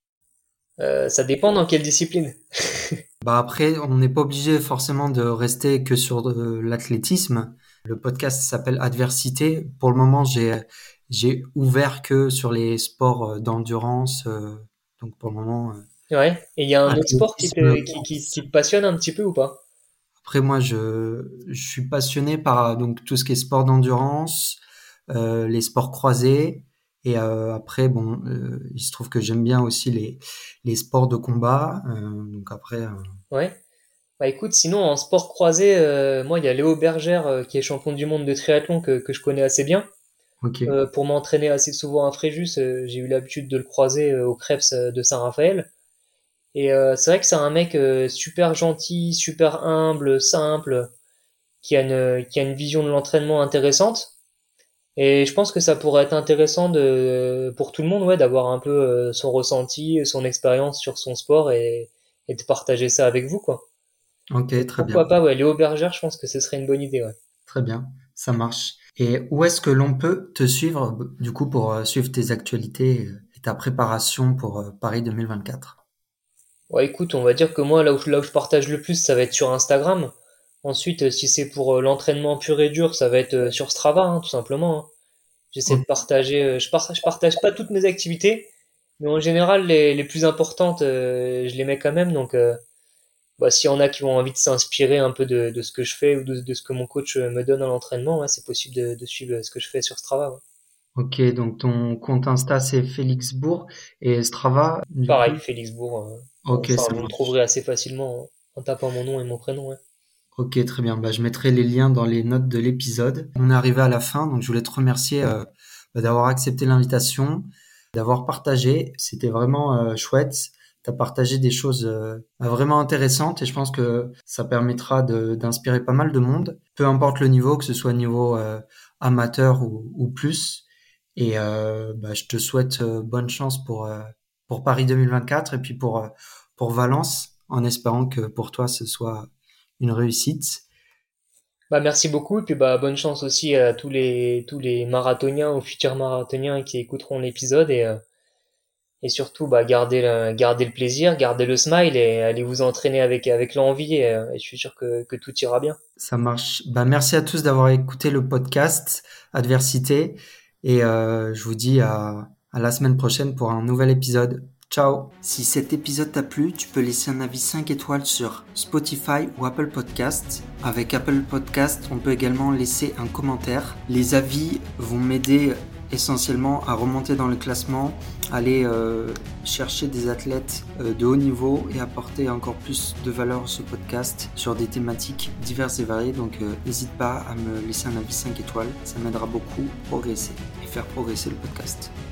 Ça dépend dans quelle discipline. Bah après, on n'est pas obligé forcément de rester que sur l'athlétisme. Le podcast s'appelle Adversité. Pour le moment, j'ai ouvert que sur les sports d'endurance. Donc pour le moment. Ouais. Et il y a un autre sport Athlétisme, qui course. te passionne un petit peu ou pas? Après, moi, je suis passionné par donc tout ce qui est sport d'endurance, les sports croisés. Et après, bon, il se trouve que j'aime bien aussi les sports de combat. Donc après, Ouais. Bah écoute, sinon en sport croisé, moi il y a Léo Bergère qui est champion du monde de triathlon que je connais assez bien. ok, Pour m'entraîner assez souvent à Fréjus, j'ai eu l'habitude de le croiser au Krebs de Saint-Raphaël. Et c'est vrai que c'est un mec super gentil, super humble, simple, qui a une vision de l'entraînement intéressante. Et je pense que ça pourrait être intéressant pour tout le monde, ouais, d'avoir un peu son ressenti, son expérience sur son sport et de partager ça avec vous, quoi. ok, Donc très bien, pourquoi pas, ouais, Léo Bergère, je pense que ce serait une bonne idée, ouais. très bien, ça marche. Et où est-ce que l'on peut te suivre, du coup, pour suivre tes actualités et ta préparation pour Paris 2024? Ouais, écoute, on va dire que moi, là où je partage le plus, ça va être sur Instagram. Ensuite, si c'est pour l'entraînement pur et dur, ça va être sur Strava, hein, tout simplement, hein. J'essaie de Ok, partager, je partage pas toutes mes activités, mais en général, les plus importantes, je les mets quand même. Donc, bah, s'il y en a qui ont envie de s'inspirer un peu de ce que je fais ou de ce que mon coach me donne à l'entraînement, ouais, c'est possible de suivre ce que je fais sur Strava, ouais. ok, donc ton compte Insta c'est Félixbourg et Strava, du Pareil, coup. Félixbourg, Ok, enfin, ça vous me marche. trouverez assez facilement en tapant mon nom et mon prénom, ouais. Ok, très bien. Bah, je mettrai les liens dans les notes de l'épisode. On est arrivé à la fin, donc je voulais te remercier d'avoir accepté l'invitation, d'avoir partagé. C'était vraiment chouette. Tu as partagé des choses vraiment intéressantes et je pense que ça permettra d'inspirer pas mal de monde, peu importe le niveau, que ce soit niveau amateur ou plus. Et bah, je te souhaite bonne chance pour Paris 2024 et puis pour Valence, en espérant que pour toi ce soit une réussite. Bah, merci beaucoup, et puis bah, bonne chance aussi à tous les marathoniens ou futurs marathoniens qui écouteront l'épisode et surtout, bah, gardez le plaisir, gardez le smile et allez vous entraîner avec l'envie et je suis sûr que tout ira bien. Ça marche. Bah, merci à tous d'avoir écouté le podcast Adversité et je vous dis à la semaine prochaine pour un nouvel épisode. Ciao. Si cet épisode t'a plu, tu peux laisser un avis 5 étoiles sur Spotify ou Apple Podcasts. Avec Apple Podcasts, on peut également laisser un commentaire. Les avis vont m'aider essentiellement à remonter dans le classement, aller chercher des athlètes de haut niveau et apporter encore plus de valeur à ce podcast sur des thématiques diverses et variées. Donc n'hésite pas à me laisser un avis 5 étoiles, ça m'aidera beaucoup à progresser et faire progresser le podcast.